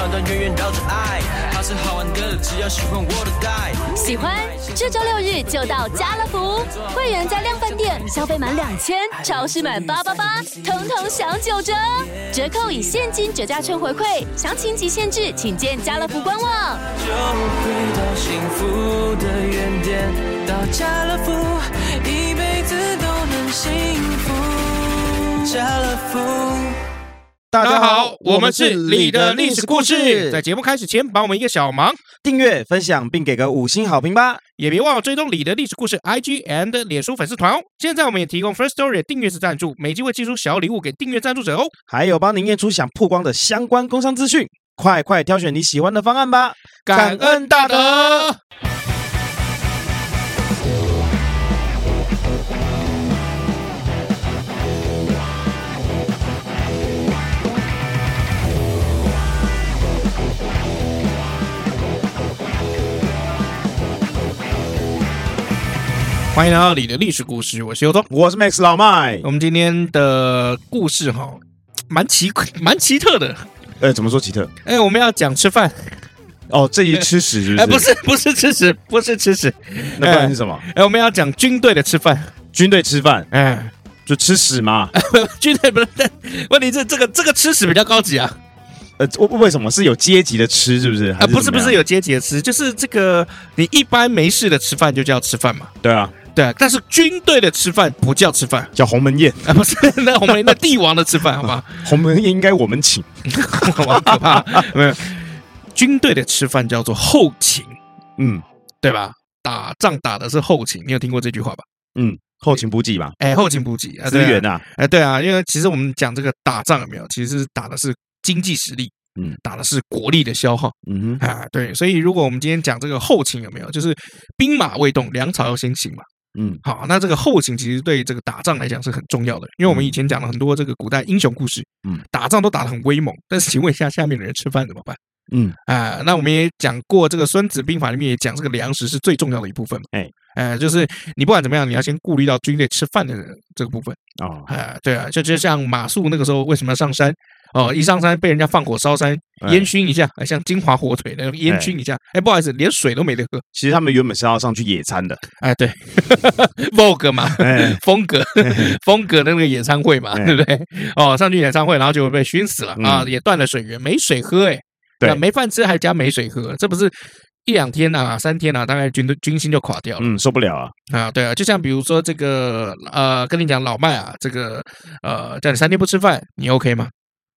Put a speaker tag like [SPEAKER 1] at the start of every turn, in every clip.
[SPEAKER 1] 短短圆圆绕着爱，它是好玩的，只要喜欢我的带。
[SPEAKER 2] 喜欢这周6日就到家乐福，会员在量贩店消费满2000，超市满888，统统享9折，折扣以现金折价券回馈，详情及限制请见家乐福官网。
[SPEAKER 1] 就回到幸福的原点，到家乐福，一辈子都能幸福。家乐福。
[SPEAKER 3] 大家好，我们是李的历史故事。在节目开始前，帮我们一个小忙，
[SPEAKER 4] 订阅、分享并给个5星好评吧！
[SPEAKER 3] 也别忘了追踪李的历史故事 IG and 脸书粉丝团哦。现在我们也提供 First Story 的订阅式赞助，每集会寄出小礼物给订阅赞助者哦。
[SPEAKER 4] 还有帮您验出想曝光的相关工商资讯，快挑选你喜欢的方案吧！
[SPEAKER 3] 感恩大德。欢迎来到李的历史故事，我是尤忠，
[SPEAKER 4] 我是 Max 老麦。
[SPEAKER 3] 我们今天的故事蛮奇特的。
[SPEAKER 4] 怎么说奇特？
[SPEAKER 3] 我们要讲吃饭。
[SPEAKER 4] 哦，这一吃屎是不是？
[SPEAKER 3] 不是吃屎，不是吃屎。
[SPEAKER 4] 那不然是什么？
[SPEAKER 3] 我们要讲军队的吃饭。
[SPEAKER 4] 军队吃饭，就吃屎嘛。
[SPEAKER 3] 军队不是，问题是这个吃屎比较高级啊。
[SPEAKER 4] 为什么是有阶级的吃？是不是？
[SPEAKER 3] 不是有阶级的吃，就是这个你一般没事的吃饭就叫吃饭嘛。
[SPEAKER 4] 对啊，
[SPEAKER 3] 但是军队的吃饭不叫吃饭，
[SPEAKER 4] 叫鸿门宴
[SPEAKER 3] 不是那鸿门宴的帝王的吃饭，好吧？
[SPEAKER 4] 鸿门宴应该我们请，
[SPEAKER 3] 好可怕。没有，军队的吃饭叫做后勤，对吧？打仗打的是后勤，你有听过这句话吧？
[SPEAKER 4] 后勤补给嘛，
[SPEAKER 3] 后勤补给
[SPEAKER 4] 资源啊，
[SPEAKER 3] 对啊，因为其实我们讲这个打仗有没有，其实是打的是经济实力，打的是国力的消耗，对，所以如果我们今天讲这个后勤有没有，就是兵马未动，粮草要先行嘛。好，那这个后勤其实对这个打仗来讲是很重要的，因为我们以前讲了很多这个古代英雄故事，打仗都打得很威猛，但是请问一下，下面的人吃饭怎么办？那我们也讲过，这个《孙子兵法》里面也讲，这个粮食是最重要的一部分嘛。就是你不管怎么样，你要先顾虑到军队吃饭的这个部分。对啊，就像马谡那个时候为什么要上山？一上山被人家放火烧山，烟熏一下，像金华火腿那个烟熏一下，不好意思，连水都没得喝。
[SPEAKER 4] 其实他们原本是要上去野餐的，
[SPEAKER 3] 对，Vogue 嘛，风格的那个野餐会嘛，对不对？上去野餐会，然后就被熏死了啊，也断了水源，没水喝，对，没饭吃还加没水喝，这不是1-2天啊，3天啊，大概军心就垮掉了，
[SPEAKER 4] 受不了啊！
[SPEAKER 3] 对啊，就像比如说这个跟你讲老麦啊，这个叫你3天不吃饭，你 OK 吗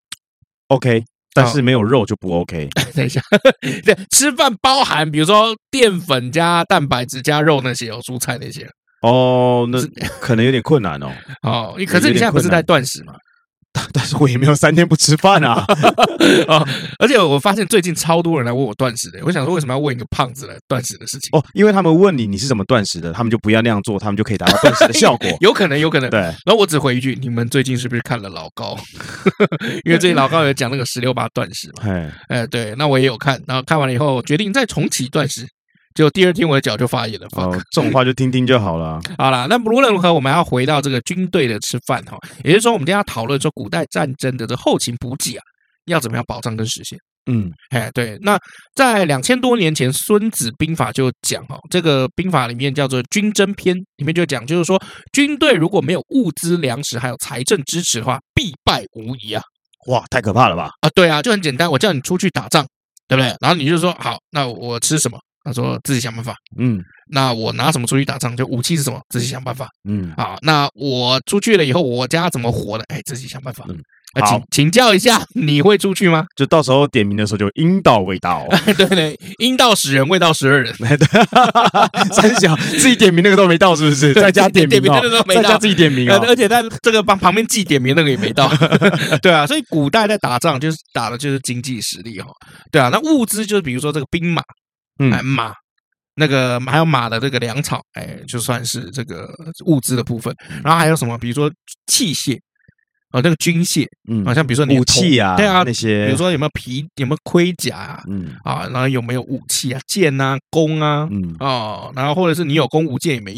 [SPEAKER 4] ？OK， 但是没有肉就不 OK。
[SPEAKER 3] 等一下，对，吃饭包含比如说淀粉加蛋白质加肉那些蔬菜那些。
[SPEAKER 4] 那可能有点困难
[SPEAKER 3] 可是你现在不是在断食吗？
[SPEAKER 4] 但是我也没有3天不吃饭啊。
[SPEAKER 3] 而且我发现最近超多人来问我断食的，我想说为什么要问一个胖子来断食的事情？
[SPEAKER 4] 因为他们问你是怎么断食的，他们就不要那样做，他们就可以达到断食的效果。
[SPEAKER 3] 有可能。对。
[SPEAKER 4] 然
[SPEAKER 3] 后我只回一句：你们最近是不是看了老高？因为最近老高有讲那个16-8断食嘛。对，那我也有看，然后看完了以后决定再重启断食。结果第2天我的脚就发炎了。
[SPEAKER 4] 这种话就听听就好了。
[SPEAKER 3] 好了，那无论如何，我们要回到这个军队的吃饭也就是说，我们今天要讨论说古代战争的这后勤补给啊，要怎么样保障跟实现。对。那在2000多年前，《孙子兵法》就讲这个兵法里面叫做《军争篇》，里面就讲，就是说军队如果没有物资、粮食还有财政支持的话，必败无疑啊！
[SPEAKER 4] 哇，太可怕了吧？
[SPEAKER 3] 对啊，就很简单，我叫你出去打仗，对不对？然后你就说好，那我吃什么？他说自己想办法。那我拿什么出去打仗？就武器是什么？自己想办法。那我出去了以后，我家怎么活的？自己想办法。请教一下，你会出去吗？
[SPEAKER 4] 就到时候点名的时候就阴道味道。
[SPEAKER 3] 对，阴道10人，味道12人。
[SPEAKER 4] 三小自己点名那个都没到，是不是？在家点名
[SPEAKER 3] 那个都没到，
[SPEAKER 4] 在家自己点名
[SPEAKER 3] 而且在这个旁边记点名那个也没到。对啊，所以古代在打仗就是打的就是经济实力对啊，那物资就是比如说这个兵马。马那个还有马的这个粮草，就算是这个物资的部分。然后还有什么？比如说器械，那个军械，好像比如说你
[SPEAKER 4] 武器啊，
[SPEAKER 3] 对啊，
[SPEAKER 4] 那些，
[SPEAKER 3] 比如说有没有皮，有没有盔甲然后有没有武器啊，剑啊，弓啊，然后或者是你有弓无剑也没用，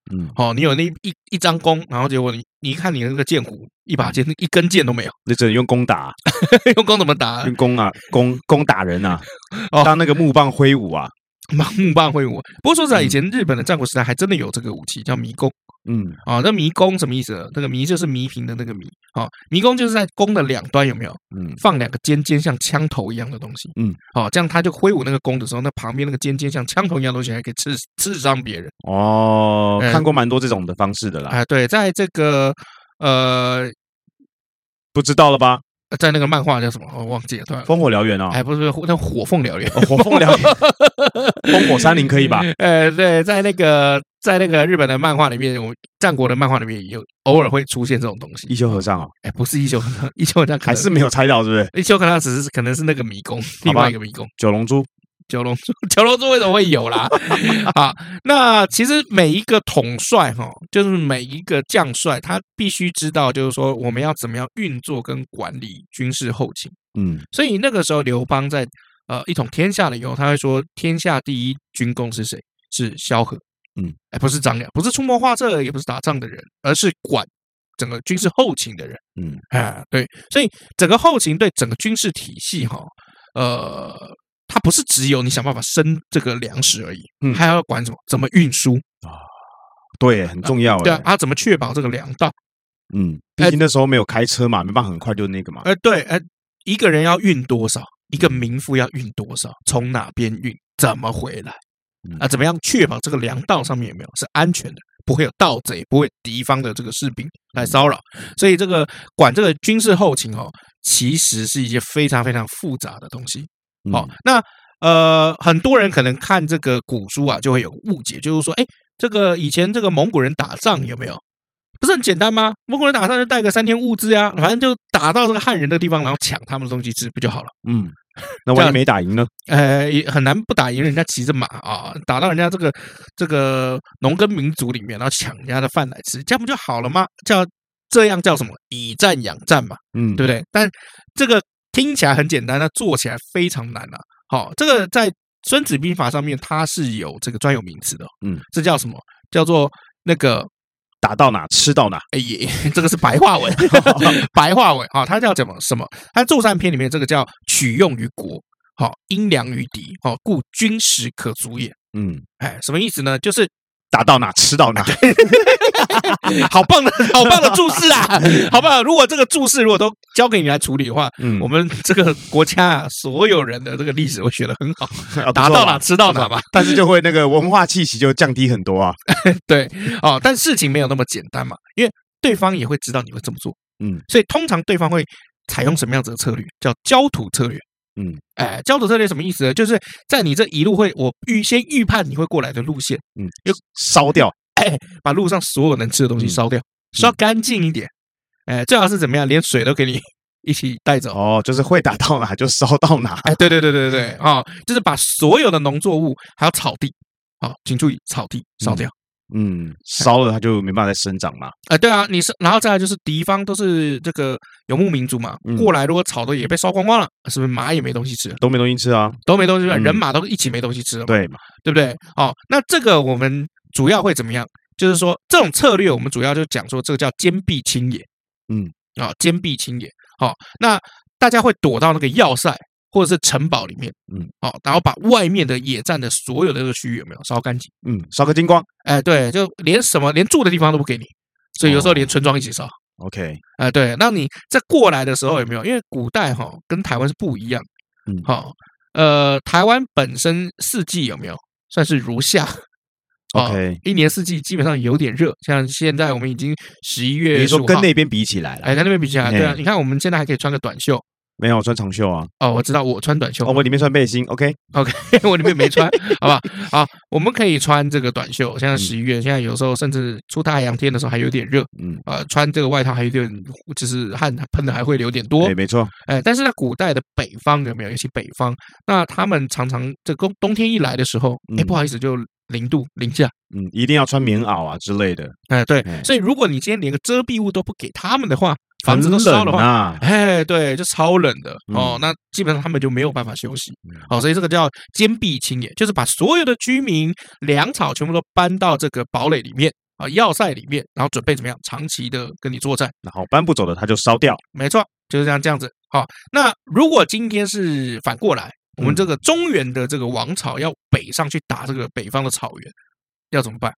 [SPEAKER 3] 你有那一张弓，然后结果你一看你那个箭虎，一根箭都没有，
[SPEAKER 4] 你只能用弓打，
[SPEAKER 3] 用弓怎么打？
[SPEAKER 4] 用弓啊，弓打人啊，当那个木棒挥舞啊。
[SPEAKER 3] 木棒挥舞。不过说实在，以前日本的战国时代还真的有这个武器叫迷弓。那迷弓什么意思呢？那个迷就是弥平的那个弥。迷弓就是在弓的两端有没有？放两个尖尖像枪头一样的东西。这样他就挥舞那个弓的时候，那旁边那个尖尖像枪头一样的东西还可以刺伤别人。
[SPEAKER 4] 看过蛮多这种的方式的啦。
[SPEAKER 3] 对，在这个
[SPEAKER 4] 不知道了吧？
[SPEAKER 3] 在那个漫画叫什么？我忘记了。
[SPEAKER 4] 烽火燎原哦，
[SPEAKER 3] 不是那火凤燎原，
[SPEAKER 4] 火凤燎原，烽火山林可以吧？
[SPEAKER 3] 对，在那个日本的漫画里面，战国的漫画里面偶尔会出现这种东西。
[SPEAKER 4] 一休和尚啊？
[SPEAKER 3] 不是一休和尚，一休和尚
[SPEAKER 4] 还是没有猜到，是不是？
[SPEAKER 3] 一休和尚可能是那个迷宫，另外一个迷宫。
[SPEAKER 4] 九龙珠
[SPEAKER 3] 为什么会有啦？好，那其实每一个统帅就是每一个将帅，他必须知道，就是说我们要怎么样运作跟管理军事后勤。所以那个时候刘邦在一统天下了以后，他会说天下第一军功是谁？是萧何。不是张良，不是出谋划策，也不是打仗的人，而是管整个军事后勤的人。对，所以整个后勤对整个军事体系它不是只有你想办法生这个粮食而已，还要管什么？怎么运输啊？
[SPEAKER 4] 对，很重要。
[SPEAKER 3] 对啊，怎么确保这个粮道？
[SPEAKER 4] 毕竟那时候没有开车嘛，没办法很快就那个嘛。
[SPEAKER 3] 对，一个人要运多少？一个民夫要运多少？从哪边运？怎么回来？怎么样确保这个粮道上面有没有是安全的？不会有盗贼，不会敌方的这个士兵来骚扰。所以这个管这个军事后勤其实是一些非常非常复杂的东西。那很多人可能看这个古书啊，就会有误解，就是说，这个以前这个蒙古人打仗有没有？不是很简单吗？蒙古人打仗就带个3天物资呀，反正就打到这个汉人的地方，然后抢他们的东西吃，不就好了？
[SPEAKER 4] 那万一没打赢呢？
[SPEAKER 3] 也很难不打赢人家骑着马啊，打到人家这个农耕民族里面，然后抢人家的饭来吃，这样不就好了吗？这样叫什么？以战养战嘛，对不对？但这个听起来很简单，那做起来非常难啊。这个在《孙子兵法》上面它是有这个专有名词的。这叫什么？叫做那个
[SPEAKER 4] 打到哪吃到哪。
[SPEAKER 3] 这个是白话文，白话文它叫什么？它《作战篇》里面这个叫取用于国，因粮于敌，故军食可足也。什么意思呢？就是
[SPEAKER 4] 打到哪吃到哪。
[SPEAKER 3] 好棒的注释啊！好棒！如果这个注释如果都交给你来处理的话，我们这个国家所有人的这个历史会学得很好，打到哪吃到哪吧。
[SPEAKER 4] 但是就会那个文化气息就降低很多啊。
[SPEAKER 3] 对但事情没有那么简单嘛，因为对方也会知道你会这么做。所以通常对方会采用什么样子的策略？叫焦土策略。焦土策略什么意思呢？就是在你这一路我先预判你会过来的路线，
[SPEAKER 4] 就烧掉。
[SPEAKER 3] 把路上所有能吃的东西烧掉，烧干净一点。最好是怎么样，连水都给你一起带走。
[SPEAKER 4] 就是会打到哪就烧到哪。
[SPEAKER 3] 对，就是把所有的农作物还有草地，请注意草地烧掉。
[SPEAKER 4] 烧了它就没办法再生长嘛。
[SPEAKER 3] 对啊，然后再来就是敌方都是这个游牧民族嘛，过来如果草都也被烧光光了，是不是马也没东西吃了？
[SPEAKER 4] 都没东西吃啊，
[SPEAKER 3] 都没东西吃，人马都一起没东西吃了，
[SPEAKER 4] 对嘛？
[SPEAKER 3] 对不对？那这个我们主要会怎么样？就是说这种策略，我们主要就讲说这个叫坚壁清野。坚壁清野。那大家会躲到那个要塞或者是城堡里面，然后把外面的野战的所有的这个区域有没有烧干净？
[SPEAKER 4] 烧个精光。
[SPEAKER 3] 对，就连住的地方都不给你，所以有时候连村庄一起烧。
[SPEAKER 4] OK。
[SPEAKER 3] 对，那你在过来的时候有没有？因为古代跟台湾是不一样。台湾本身四季有没有算是如夏
[SPEAKER 4] ？OK，
[SPEAKER 3] 一年四季基本上有点热，像现在我们已经11月15号，
[SPEAKER 4] 你说跟那边比起来了，
[SPEAKER 3] 跟那边比起来，对啊，你看我们现在还可以穿个短袖。
[SPEAKER 4] 没有穿长袖啊。
[SPEAKER 3] 我知道我穿短袖。
[SPEAKER 4] 我里面穿背心。OK，
[SPEAKER 3] 我里面没穿，好不好？好，我们可以穿这个短袖。现在11月，现在有时候甚至出太阳天的时候还有点热。穿这个外套还有点，就是汗喷的还会有点多。
[SPEAKER 4] 没错。
[SPEAKER 3] 但是在古代的北方有没有？尤其北方，那他们常常这冬天一来的时候，不好意思，就0度零下。
[SPEAKER 4] 一定要穿棉袄啊之类的。
[SPEAKER 3] 对，所以如果你今天连个遮蔽物都不给他们的话，房子都烧的话，对，就超冷的。那基本上他们就没有办法休息。所以这个叫坚壁清野，就是把所有的居民粮草全部都搬到这个堡垒里面， 要塞里面，然后准备怎么样长期的跟你作战，
[SPEAKER 4] 然后搬不走的他就烧掉。
[SPEAKER 3] 没错，就是这样子。好，那如果今天是反过来，我们这个中原的这个王朝要北上去打这个北方的草原，要怎么办？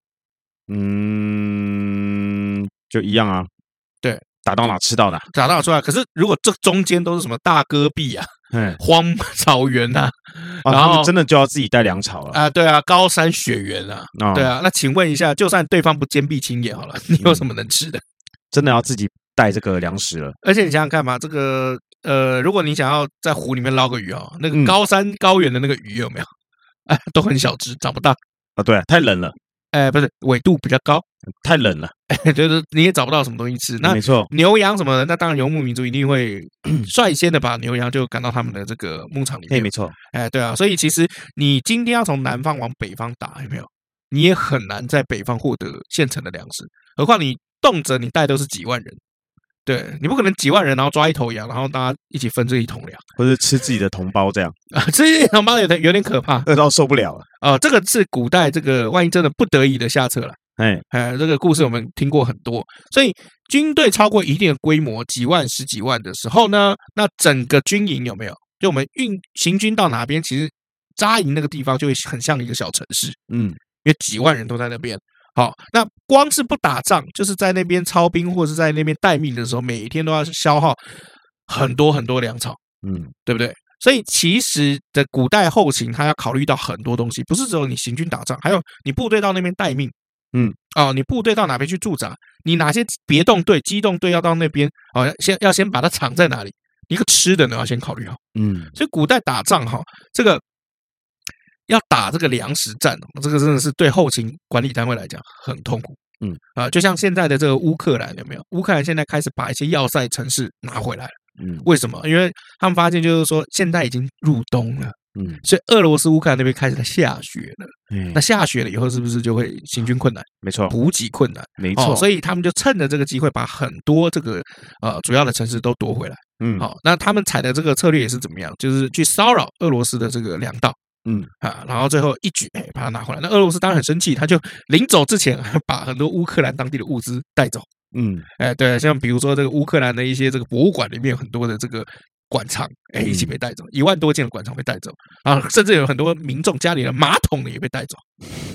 [SPEAKER 4] 就一样啊，
[SPEAKER 3] 对，
[SPEAKER 4] 打到哪吃到哪，
[SPEAKER 3] 打到哪出来。可是如果这中间都是什么大戈壁啊、荒草原啊，然后
[SPEAKER 4] 他们真的就要自己带粮草了
[SPEAKER 3] 啊，对啊，高山雪原啊，对啊。那请问一下，就算对方不坚壁清野好了，你有什么能吃的？
[SPEAKER 4] 真的要自己带这个粮食了。
[SPEAKER 3] 而且你想想看嘛，这个如果你想要在湖里面捞个鱼哦，那个高山高原的那个鱼有没有？哎，都很小只，长不大
[SPEAKER 4] 啊。对，太冷了。
[SPEAKER 3] 不是纬度比较高，
[SPEAKER 4] 太冷了，
[SPEAKER 3] 就是你也找不到什么东西吃。那
[SPEAKER 4] 没错，
[SPEAKER 3] 牛羊什么的，那当然游牧民族一定会率先的把牛羊就赶到他们的这个牧场里面。
[SPEAKER 4] 没错，
[SPEAKER 3] 对啊，所以其实你今天要从南方往北方打，有没有？你也很难在北方获得现成的粮食，何况你动辄你带都是几万人。对，你不可能几万人，然后抓一头羊，然后大家一起分这一桶粮，
[SPEAKER 4] 或者吃自己的同胞这样
[SPEAKER 3] 啊，吃自己的同胞有点可怕，
[SPEAKER 4] 饿到受不了了。
[SPEAKER 3] 这个是古代这个万一真的不得已的下策了。这个故事我们听过很多，所以军队超过一定的规模，几万、十几万的时候呢，那整个军营有没有？就我们行军到哪边，其实扎营那个地方就会很像一个小城市，因为几万人都在那边。好，那光是不打仗，就是在那边操兵或者是在那边待命的时候，每一天都要消耗很多很多粮草，对不对？所以其实的古代后勤，他要考虑到很多东西，不是只有你行军打仗，还有你部队到那边待命，你部队到哪边去驻扎，你哪些别动队、机动队要到那边，要先把它藏在哪里，一个吃的呢要先考虑好，所以古代打仗这个。要打这个粮食战，这个真的是对后勤管理单位来讲很痛苦。就像现在的这个乌克兰有没有？乌克兰现在开始把一些要塞城市拿回来了。为什么？因为他们发现就是说现在已经入冬了。所以俄罗斯乌克兰那边开始在下雪了。那下雪了以后，是不是就会行军困难？
[SPEAKER 4] 没错，
[SPEAKER 3] 补给困难，
[SPEAKER 4] 没错。
[SPEAKER 3] 所以他们就趁着这个机会，把很多这个主要的城市都夺回来。那他们采的这个策略也是怎么样？就是去骚扰俄罗斯的这个粮道。然后最后一举把它拿回来。那俄罗斯当然很生气，他就临走之前还把很多乌克兰当地的物资带走。对，像比如说这个乌克兰的一些这个博物馆里面有很多的这个馆藏，一起被带走，1万多件的馆藏被带走啊，甚至有很多民众家里的马桶也被带走。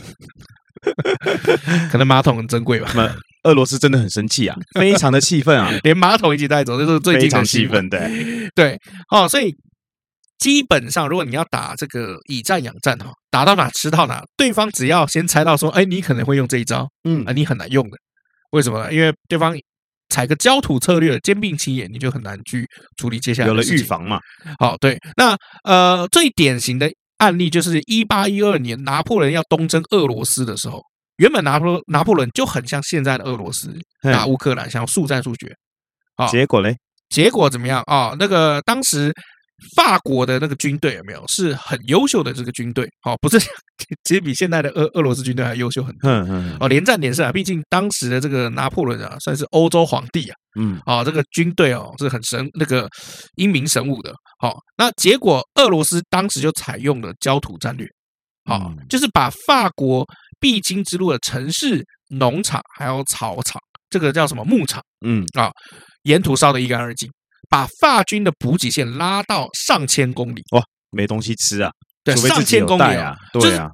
[SPEAKER 3] 可能马桶很珍贵吧。
[SPEAKER 4] 俄罗斯真的很生气啊，非常的气愤啊，
[SPEAKER 3] 连马桶一起带走，这是最
[SPEAKER 4] 非常气愤。
[SPEAKER 3] 对，所以。基本上，如果你要打这个以战养战打到哪吃到哪，对方只要先猜到说，你可能会用这一招，你很难用的。为什么呢？因为对方采个焦土策略，兼并其野，你就很难去处理接下来的事情。
[SPEAKER 4] 有了预防嘛。
[SPEAKER 3] 好，对。那最典型的案例就是1812年拿破仑要东征俄罗斯的时候，原本拿破仑就很像现在的俄罗斯打乌克兰，想要速战速决。
[SPEAKER 4] 结果嘞？
[SPEAKER 3] 结果怎么样那个当时。法国的那个军队有没有是很优秀的这个军队？不是，其实比现在的俄罗斯军队还优秀很多。连战连胜啊！毕竟当时的这个拿破仑啊，算是欧洲皇帝啊。这个军队是很那个英明神武的。那结果俄罗斯当时就采用了焦土战略，就是把法国必经之路的城市、农场还有草场，这个叫什么牧场？沿途烧得一干二净。把法军的补给线拉到上千公里，
[SPEAKER 4] 哇，没东西吃啊！
[SPEAKER 3] 对，上千公里
[SPEAKER 4] 啊，对啊，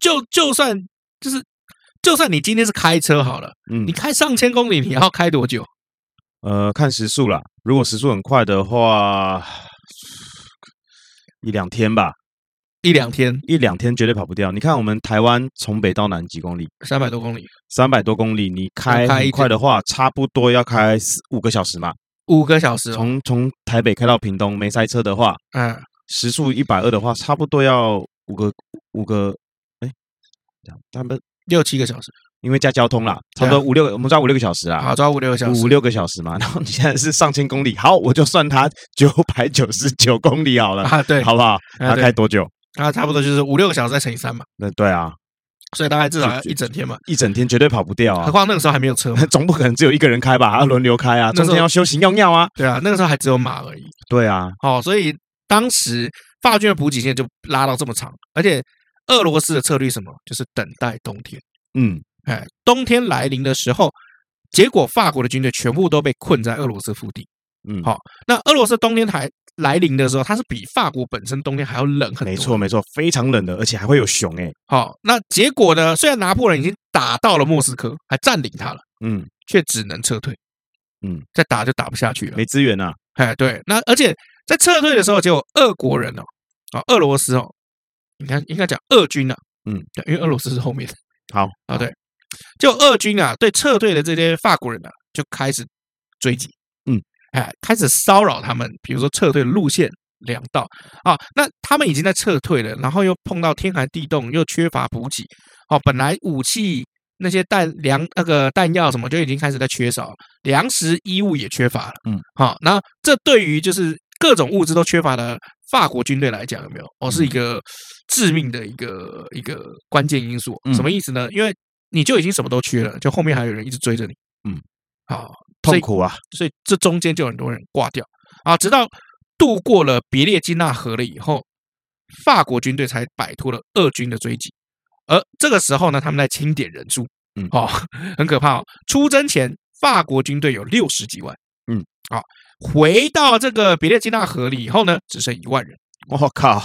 [SPEAKER 3] 就算你今天是开车好了，你开上千公里，你要开多久？
[SPEAKER 4] 看时速啦，如果时速很快的话，1-2天吧。1-2天绝对跑不掉。你看我们台湾从北到南几公里
[SPEAKER 3] ？300多公里。
[SPEAKER 4] 300多公里，你开很快的话，差不多要开5个小时嘛。
[SPEAKER 3] 5个小时，
[SPEAKER 4] 从台北开到屏东，没塞车的话，时速120的话，差不多要5个，他们
[SPEAKER 3] 6-7个小时，
[SPEAKER 4] 因为加交通啦，差不多5-6个，我们抓5-6个小时啊，
[SPEAKER 3] 好，抓5-6个小时
[SPEAKER 4] ，5-6个小时嘛。然后你现在是上千公里，好，我就算它999公里好了
[SPEAKER 3] 啊，对，
[SPEAKER 4] 好不好？它开多久？
[SPEAKER 3] 差不多就是5-6个小时再乘以3嘛。
[SPEAKER 4] 对啊。
[SPEAKER 3] 所以大概至少要1整天嘛
[SPEAKER 4] ，1整天绝对跑不掉啊！
[SPEAKER 3] 何况那个时候还没有车嘛，
[SPEAKER 4] 总不可能只有一个人开吧？还要轮流开啊，中间要休息尿尿啊。
[SPEAKER 3] 对啊，那个时候还只有马而已。
[SPEAKER 4] 对啊，
[SPEAKER 3] 所以当时法军的补给线就拉到这么长，而且俄罗斯的策略什么，就是等待冬天。 冬天来临的时候，结果法国的军队全部都被困在俄罗斯腹地。好，那俄罗斯冬天来临的时候，它是比法国本身冬天还要冷很多。
[SPEAKER 4] 没错没错，非常冷的，而且还会有熊
[SPEAKER 3] 好，那结果呢？虽然拿破仑已经打到了莫斯科，还占领它了，却只能撤退。再打就打不下去了，
[SPEAKER 4] 没资源啊。
[SPEAKER 3] 对，那而且在撤退的时候，结果俄国人俄罗斯应该讲俄军对，因为俄罗斯是后面的。
[SPEAKER 4] 好
[SPEAKER 3] 对，就俄军对撤退的这些法国人就开始追击。开始骚扰他们，比如说撤退的路线、粮道那他们已经在撤退了，然后又碰到天寒地冻，又缺乏补给，本来武器那些弹药什么就已经开始在缺少，粮食衣物也缺乏了。然后这对于就是各种物资都缺乏的法国军队来讲，有没有是一个致命的一个关键因素。什么意思呢？因为你就已经什么都缺了，就后面还有人一直追着你。
[SPEAKER 4] 痛苦啊！
[SPEAKER 3] 所以这中间就有很多人挂掉直到渡过了别列金纳河了以后，法国军队才摆脱了俄军的追击。而这个时候呢，他们在清点人数，很可怕出征前，法国军队有60几万，回到这个别列金纳河里以后呢，只剩1万人。
[SPEAKER 4] 我靠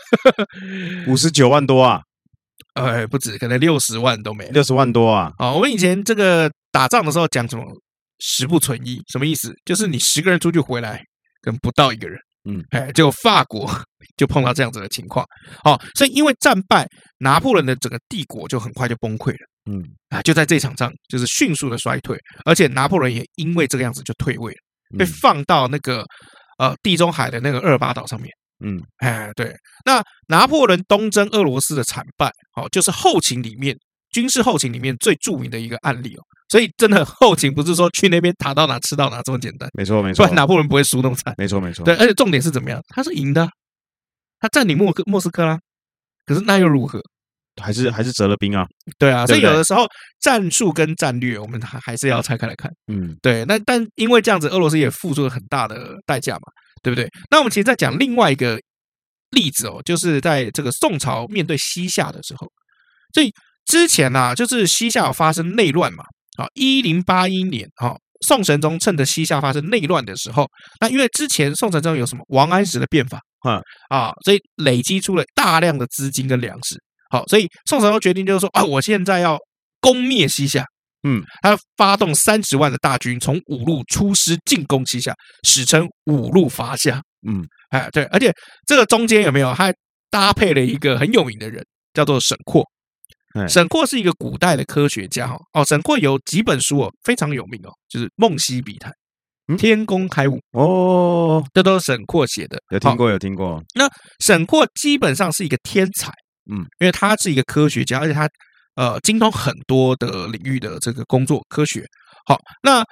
[SPEAKER 4] ，59万多啊！
[SPEAKER 3] 不止，可能60万都没
[SPEAKER 4] ，60万多啊！
[SPEAKER 3] 我们以前这个打仗的时候讲什么10不存一，什么意思？就是你10个人出去回来，可能不到1个人。结果法国就碰到这样子的情况。所以因为战败，拿破仑的整个帝国就很快就崩溃了。就在这场仗就是迅速的衰退，而且拿破仑也因为这个样子就退位了，被放到那个地中海的那个厄尔巴岛上面。对。那拿破仑东征俄罗斯的惨败，就是后勤里面军事后勤里面最著名的一个案例。所以真的后勤不是说去那边打到哪吃到哪这么简单。
[SPEAKER 4] 没错没错，
[SPEAKER 3] 不然拿破仑不会输那么惨。
[SPEAKER 4] 没错没错。
[SPEAKER 3] 对，而且重点是怎么样？他是赢的，他占领莫斯科啦。可是那又如何？
[SPEAKER 4] 还是折了兵啊。
[SPEAKER 3] 对啊，所以有的时候战术跟战略我们还是要拆开来看。对。但因为这样子，俄罗斯也付出了很大的代价嘛，对不对？那我们其实在讲另外一个例子就是在这个宋朝面对西夏的时候，所以之前就是西夏有发生内乱嘛。1081年宋神宗趁着西夏发生内乱的时候，那因为之前宋神宗有什么王安石的变法所以累积出了大量的资金跟粮食。所以宋神宗决定就是说我现在要攻灭西夏。他发动30万的大军从五路出师进攻西夏，史称五路伐夏。对，而且这个中间有没有还搭配了一个很有名的人，叫做沈括。沈括是一个古代的科学家沈括有几本书非常有名就是《梦溪笔谈》《天工开物》这都是沈括写的。
[SPEAKER 4] 有听过。
[SPEAKER 3] 那沈括基本上是一个天才，因为他是一个科学家，而且他精通很多的领域的这个工作科学。那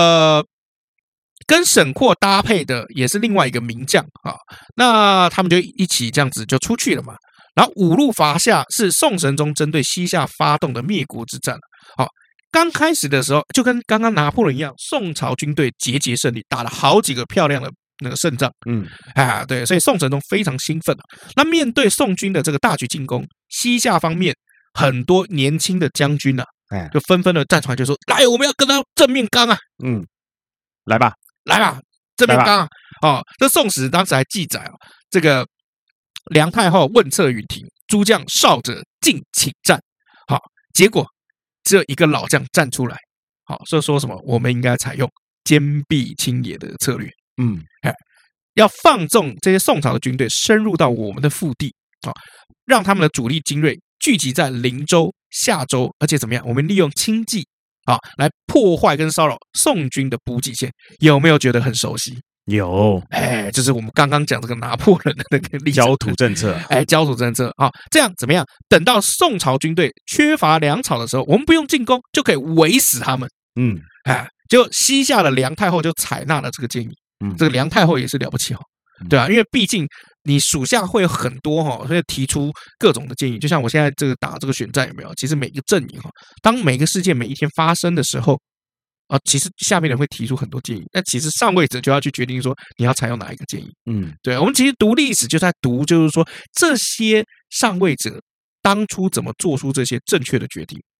[SPEAKER 3] 跟沈括搭配的也是另外一个名将那他们就一起这样子就出去了嘛。然后五路伐夏是宋神宗针对西夏发动的灭国之战。刚开始的时候就跟刚刚拿破仑一样，宋朝军队节节胜利，打了好几个漂亮的那个胜仗。对，所以宋神宗非常兴奋。那面对宋军的这个大举进攻，西夏方面很多年轻的将军就纷纷的站出来就说：“来，我们要跟他正面刚啊！”
[SPEAKER 4] 来吧，
[SPEAKER 3] 正面刚啊！这宋史当时还记载这个梁太后问策允庭，诸将少者尽请战。结果只有一个老将站出来，说什么我们应该采用坚壁清野的策略。要放纵这些宋朝的军队深入到我们的腹地，让他们的主力精锐聚集在灵州、夏州，而且怎么样？我们利用轻骑来破坏跟骚扰宋军的补给线。有没有觉得很熟悉？
[SPEAKER 4] 有，
[SPEAKER 3] 就是我们刚刚讲这个拿破仑的那个例子，
[SPEAKER 4] 焦土政策，
[SPEAKER 3] 焦土政策这样怎么样？等到宋朝军队缺乏粮草的时候，我们不用进攻就可以围死他们。就西夏的梁太后就采纳了这个建议。这个梁太后也是了不起对啊，因为毕竟你属下会有很多所以提出各种的建议。就像我现在这个打这个选战有没有？其实每个阵营当每个事件每一天发生的时候其实下面人会提出很多建议，但其实上位者就要去决定说你要采用哪一个建议。对，我们其实读历史就在读，就是说这些上位者当初怎么做出这些正确的决定。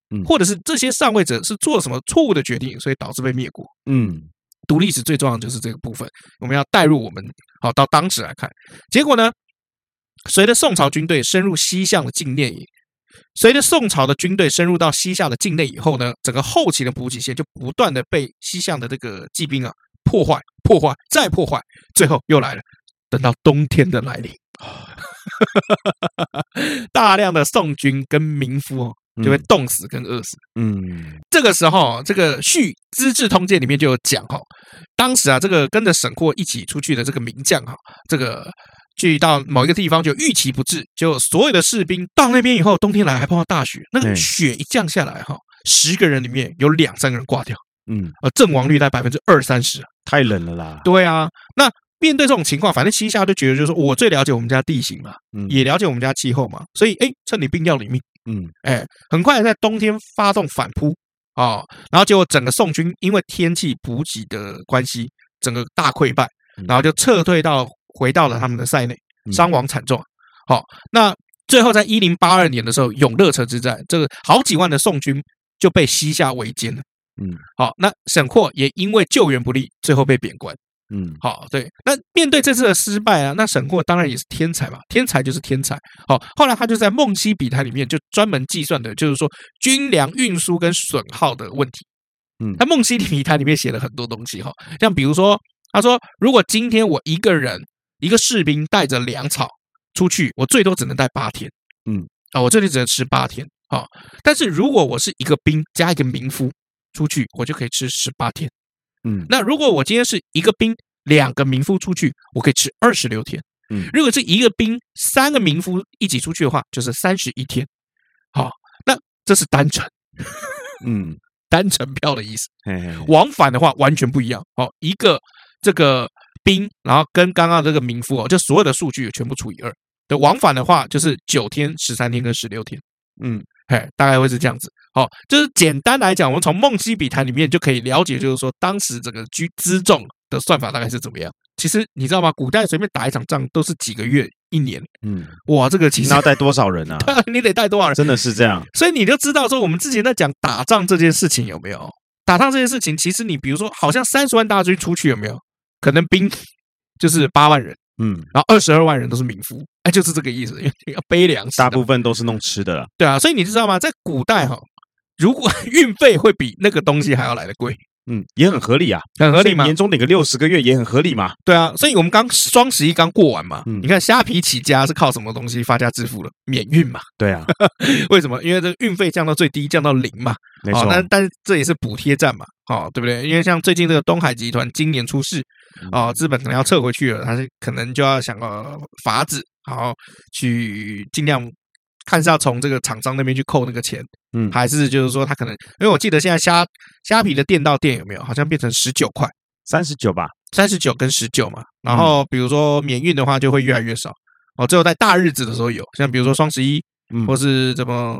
[SPEAKER 3] 或者是这些上位者是做了什么错误的决定，所以导致被灭国。读历史最重要的就是这个部分，我们要带入我们到当时来看。结果呢，随着宋朝军队深入西向的境内，随着宋朝的军队深入到西夏的境内以后呢，整个后勤的补给线就不断的被西向的这个骑兵破坏，再破坏，最后又来了。等到冬天的来临，大量的宋军跟民夫就会冻死跟饿死。这个时候，这个《续资治通鉴》里面就有讲当时这个跟着沈括一起出去的这个名将这个去到某一个地方就遇其不至，就所有的士兵到那边以后，冬天来还碰到大雪，那个雪一降下来10个人里面有2-3个人挂掉。阵亡率在20-30%，
[SPEAKER 4] 太冷了啦。
[SPEAKER 3] 对啊，那面对这种情况，反正西夏就觉得就是说我最了解我们家地形嘛，也了解我们家气候嘛，所以趁你兵要你命，很快在冬天发动反扑然后结果整个宋军因为天气补给的关系，整个大溃败，然后就撤退回到了他们的塞内，伤亡惨重。那最后在1082年的时候，永乐城之战，这个好几万的宋军就被西夏围歼了。那沈括也因为救援不力，最后被贬官。对。那面对这次的失败那沈括当然也是天才嘛，天才就是天才。后来他就在《梦溪笔谈》里面就专门计算的，就是说军粮运输跟损耗的问题。他《梦溪笔谈》里面写了很多东西像比如说，他说如果今天我一个士兵带着粮草出去，我最多只能带8天。我最多只能吃8天。但是如果我是一个兵加一个民夫出去，我就可以吃18天。那如果我今天是一个兵2个民夫出去，我可以吃26天。如果是一个兵3个民夫一起出去的话，就是31天。那这是单程，单程票的意思。往返的话完全不一样。一个这个兵，然后跟刚刚这个民夫就所有的数据全部除以2。对，往返的话就是9天、13天跟16天。大概会是这样子。就是简单来讲，我们从《梦溪笔谈》里面就可以了解，就是说当时整个辎重的算法大概是怎么样。其实你知道吗？古代随便打一场仗都是几个月、1年。哇，这个其实
[SPEAKER 4] 要带多少人啊？
[SPEAKER 3] 你得带多少人？
[SPEAKER 4] 真的是这样。
[SPEAKER 3] 所以你就知道说，我们之前在讲打仗这件事情有没有？打仗这件事情，其实你比如说，好像30万大军出去有没有？可能兵就是8万人。然后22万人都是民夫，就是这个意思，因为要背粮食，
[SPEAKER 4] 大部分都是弄吃的了。
[SPEAKER 3] 对啊，所以你知道吗？在古代如果运费会比那个东西还要来得贵，
[SPEAKER 4] 也很合理啊，
[SPEAKER 3] 很合理嘛。
[SPEAKER 4] 年终领个60个月也很合理嘛。
[SPEAKER 3] 对啊，所以我们双11刚过完嘛，你看虾皮起家是靠什么东西发家致富了？免运嘛。
[SPEAKER 4] 对啊，
[SPEAKER 3] 为什么？因为这个运费降到最低，降到0嘛。
[SPEAKER 4] 没错。
[SPEAKER 3] 但是这也是补贴战嘛，对不对？因为像最近这个东海集团今年出事，资本可能要撤回去了，他是可能就要想个法子，好去尽量看是要从这个厂商那边去扣那个钱，还是就是说他可能，因为我记得现在虾皮的店到店有没有好像变成19块
[SPEAKER 4] ，39吧
[SPEAKER 3] ，39跟19嘛。然后比如说免运的话就会越来越少，只有在大日子的时候有，像比如说双11，或是怎么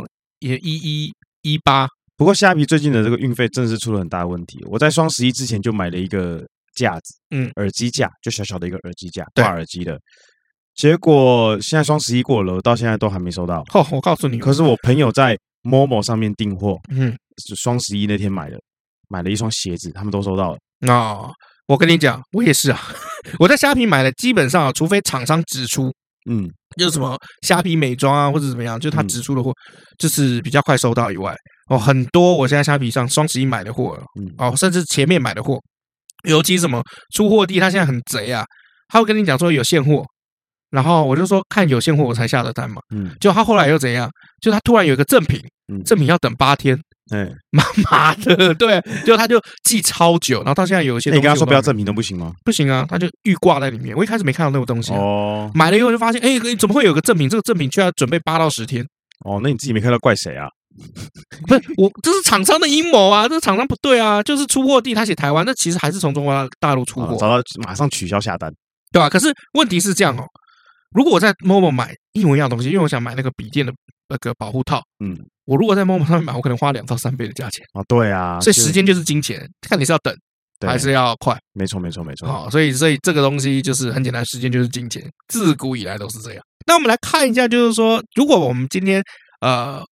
[SPEAKER 3] 11、18。
[SPEAKER 4] 不过虾皮最近的这个运费真的是出了很大的问题。我在双11之前就买了一个架子，耳机架，就小小的一个耳机架，挂耳机的。结果现在双11过了，到现在都还没收到。
[SPEAKER 3] 我告诉你，
[SPEAKER 4] 可是我朋友在 Momo 上面订货，双11那天买了一双鞋子，他们都收到了。
[SPEAKER 3] 我跟你讲，我也是啊，我在虾皮买的，基本上除非厂商直出，就是什么虾皮美妆啊或者怎么样，就他直出的货，就是比较快收到以外，很多我现在虾皮上双11买的货，甚至前面买的货，尤其什么出货地，他现在很贼啊，他会跟你讲说有现货，然后我就说看有现货我才下的单嘛，就他后来又怎样，就他突然有一个赠品，赠品要等8天，妈的，对，就他就寄超久，然后到现在有一些东西，
[SPEAKER 4] 你跟他说不要赠品都不行吗？
[SPEAKER 3] 不行啊，他就预挂在里面。我一开始没看到那个东西，买了以后就发现，怎么会有个赠品？这个赠品却要准备8到10天。
[SPEAKER 4] 那你自己没看到怪谁啊？
[SPEAKER 3] 不是我，这是厂商的阴谋啊！这是厂商不对啊，就是出货地他写台湾，那其实还是从中国大陆出货，
[SPEAKER 4] 找到马上取消下单，
[SPEAKER 3] 对吧？可是问题是这样如果我在 Momo 买一模一样的东西，因为我想买那个笔电的那个保护套，我如果在 Momo 上面买，我可能花2到3倍的价钱。
[SPEAKER 4] 对啊，
[SPEAKER 3] 所以时间就是金钱，看你是要等还是要快。
[SPEAKER 4] 没错。
[SPEAKER 3] 所以这个东西就是很简单，时间就是金钱，自古以来都是这样。那我们来看一下，就是说，如果我们今天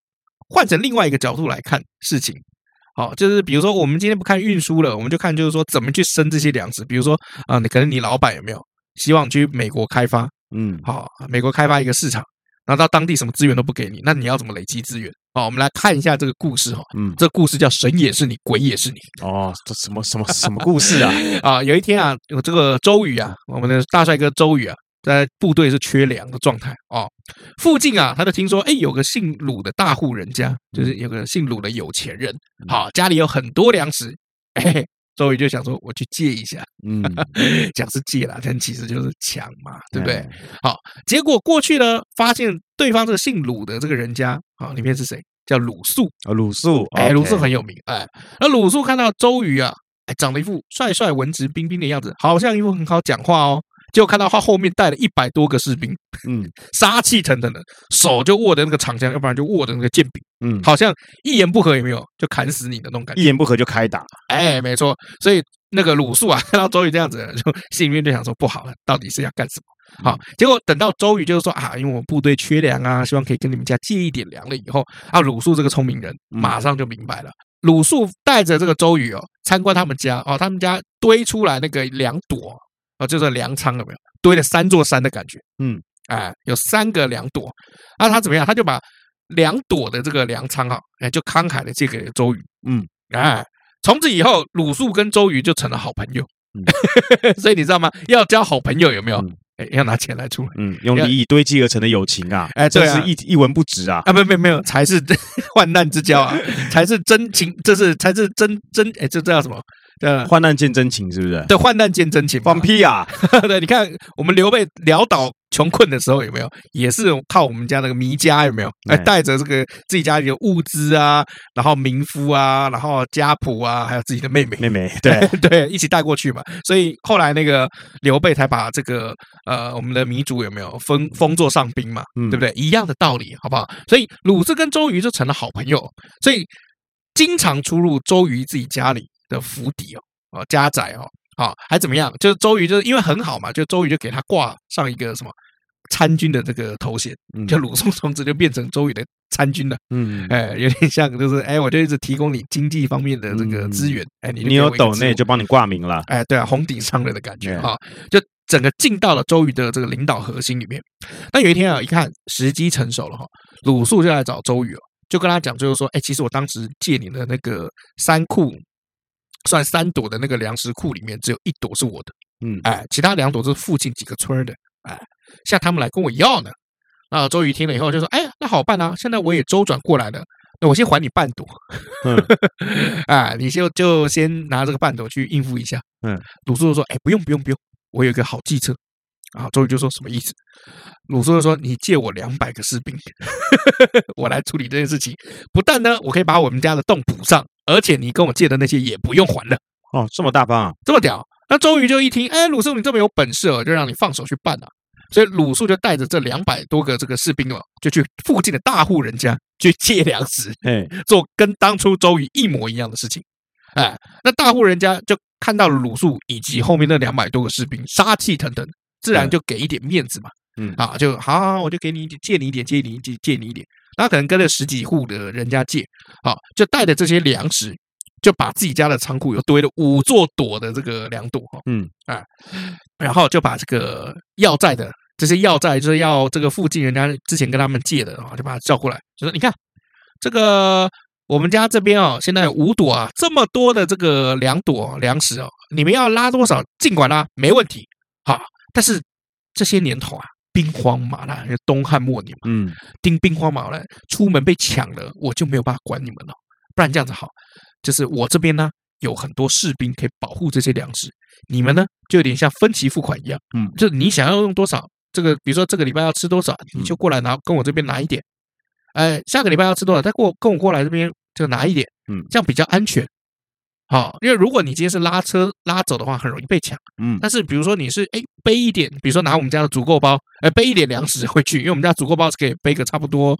[SPEAKER 3] 换成另外一个角度来看事情。好，就是比如说我们今天不看运输了，我们就看就是说怎么去生这些粮食。比如说你可能你老板有没有希望去美国开发，好，美国开发一个市场，然后到当地什么资源都不给你，那你要怎么累积资源？好，我们来看一下这个故事哈。这个故事叫神也是你，鬼也是你。哦，
[SPEAKER 4] 这什么故事啊？
[SPEAKER 3] 啊，有一天啊，有这个周瑜啊，我们的大帅哥周瑜啊，在部队是缺粮的状态哦。附近啊，他就听说，哎，有个姓鲁的大户人家，就是有个姓鲁的有钱人，好，家里有很多粮食。哎，周瑜就想说，我去借一下。讲是借啦，但其实就是抢嘛，对不对？好，结果过去呢，发现对方这个姓鲁的这个人家，啊，里面是谁？叫鲁肃。
[SPEAKER 4] 鲁肃，
[SPEAKER 3] 哎，鲁肃很有名。哎，那鲁肃看到周瑜啊，哎，长得一副帅帅文质彬彬的样子，好像一副很好讲话哦。结果看到他后面带了100多个士兵，杀气腾腾的，手就握着那个长枪，要不然就握着那个剑柄，好像一言不合有没有就砍死你的那种感觉，
[SPEAKER 4] 一言不合就开打。
[SPEAKER 3] 哎，没错，所以那个鲁肃啊，看到周瑜这样子，就心里面就想说不好了，到底是要干什么？好，结果等到周瑜就是说啊，因为我部队缺粮啊，希望可以跟你们家借一点粮了以后，啊，鲁肃这个聪明人马上就明白了。鲁肃带着这个周瑜哦，参观他们家哦，他们家堆出来那个粮垛。就是粮仓有没有堆了3座山的感觉？有3个粮垛。那他怎么样？他就把2垛的这个粮仓就慷慨的借给了周瑜。从此以后，鲁肃跟周瑜就成了好朋友。所以你知道吗？要交好朋友有没有？要拿钱来出来。
[SPEAKER 4] 用利益堆积而成的友情啊，真是一文不值啊！
[SPEAKER 3] 没有，才是患难之交啊，才是真情，才是真，这叫什么？
[SPEAKER 4] 患难见真情，是不是？
[SPEAKER 3] 对，患难见真情。
[SPEAKER 4] 放屁啊！
[SPEAKER 3] 对，你看我们刘备潦倒穷困的时候有没有，也是靠我们家那个糜家有没有？带着这个自己家里的物资啊，然后民夫啊，然后家仆啊，还有自己的妹妹，
[SPEAKER 4] 对
[SPEAKER 3] 对，一起带过去嘛。所以后来那个刘备才把这个我们的糜竺有没有封作上宾嘛？对不对？一样的道理，好不好？所以鲁肃跟周瑜就成了好朋友，所以经常出入周瑜自己家里的府邸家宅还怎么样？就是周瑜就是因为很好嘛，就周瑜就给他挂上一个什么参军的这个头衔，就鲁肃从此就变成周瑜的参军了。有点像就是我就一直提供你经济方面的这个资源，
[SPEAKER 4] 你有斗内就帮你挂名了。
[SPEAKER 3] 对啊，红顶商人的感觉就整个进到了周瑜的这个领导核心里面。那有一天一看时机成熟了鲁肃就来找周瑜就跟他讲，就是说，其实我当时借你的那个3库。算3垛的那个粮食库里面，只有1垛是我的，其他2垛是附近几个村的，像他们来跟我要呢。那周瑜听了以后就说，那好办啊，现在我也周转过来了，那我先还你半垛，你就先拿这个半垛去应付一下。鲁肃说，不用，我有一个好计策。周瑜就说什么意思？鲁肃就说，你借我200个士兵，我来处理这件事情。不但呢，我可以把我们家的洞补上，而且你跟我借的那些也不用还了。
[SPEAKER 4] 这么大方啊，
[SPEAKER 3] 这么屌。那周瑜就一听，鲁肃你这么有本事就让你放手去办啊。所以鲁肃就带着这200多个这个士兵就去附近的大户人家去借粮食，做跟当初周瑜一模一样的事情。那大户人家就看到了鲁肃以及后面那200多个士兵杀气腾腾，自然就给一点面子嘛。就好，我就给你一点，借你一点，借你一点。他可能跟了10几户的人家借，就带着这些粮食，就把自己家的仓库又堆了5座垛的这个粮垛，然后就把这个要债的这些要债，就是要这个附近人家之前跟他们借的就把他叫过来，就说你看这个我们家这边现在有5垛啊，这么多的这个2垛粮食你们要拉多少尽管拉，没问题。但是这些年头兵荒马乱，东汉末年嘛，兵荒马乱，出门被抢了，我就没有办法管你们了。不然这样子好，就是我这边呢有很多士兵可以保护这些粮食，你们呢就有点像分期付款一样，就是你想要用多少，这个比如说这个礼拜要吃多少，你就过来拿，跟我这边拿一点。下个礼拜要吃多少，再跟我过来这边就拿一点，这样比较安全。因为如果你今天是拉车拉走的话，很容易被抢。但是比如说你是背一点，比如说拿我们家的足够包，背一点粮食回去，因为我们家足够包是可以背个差不多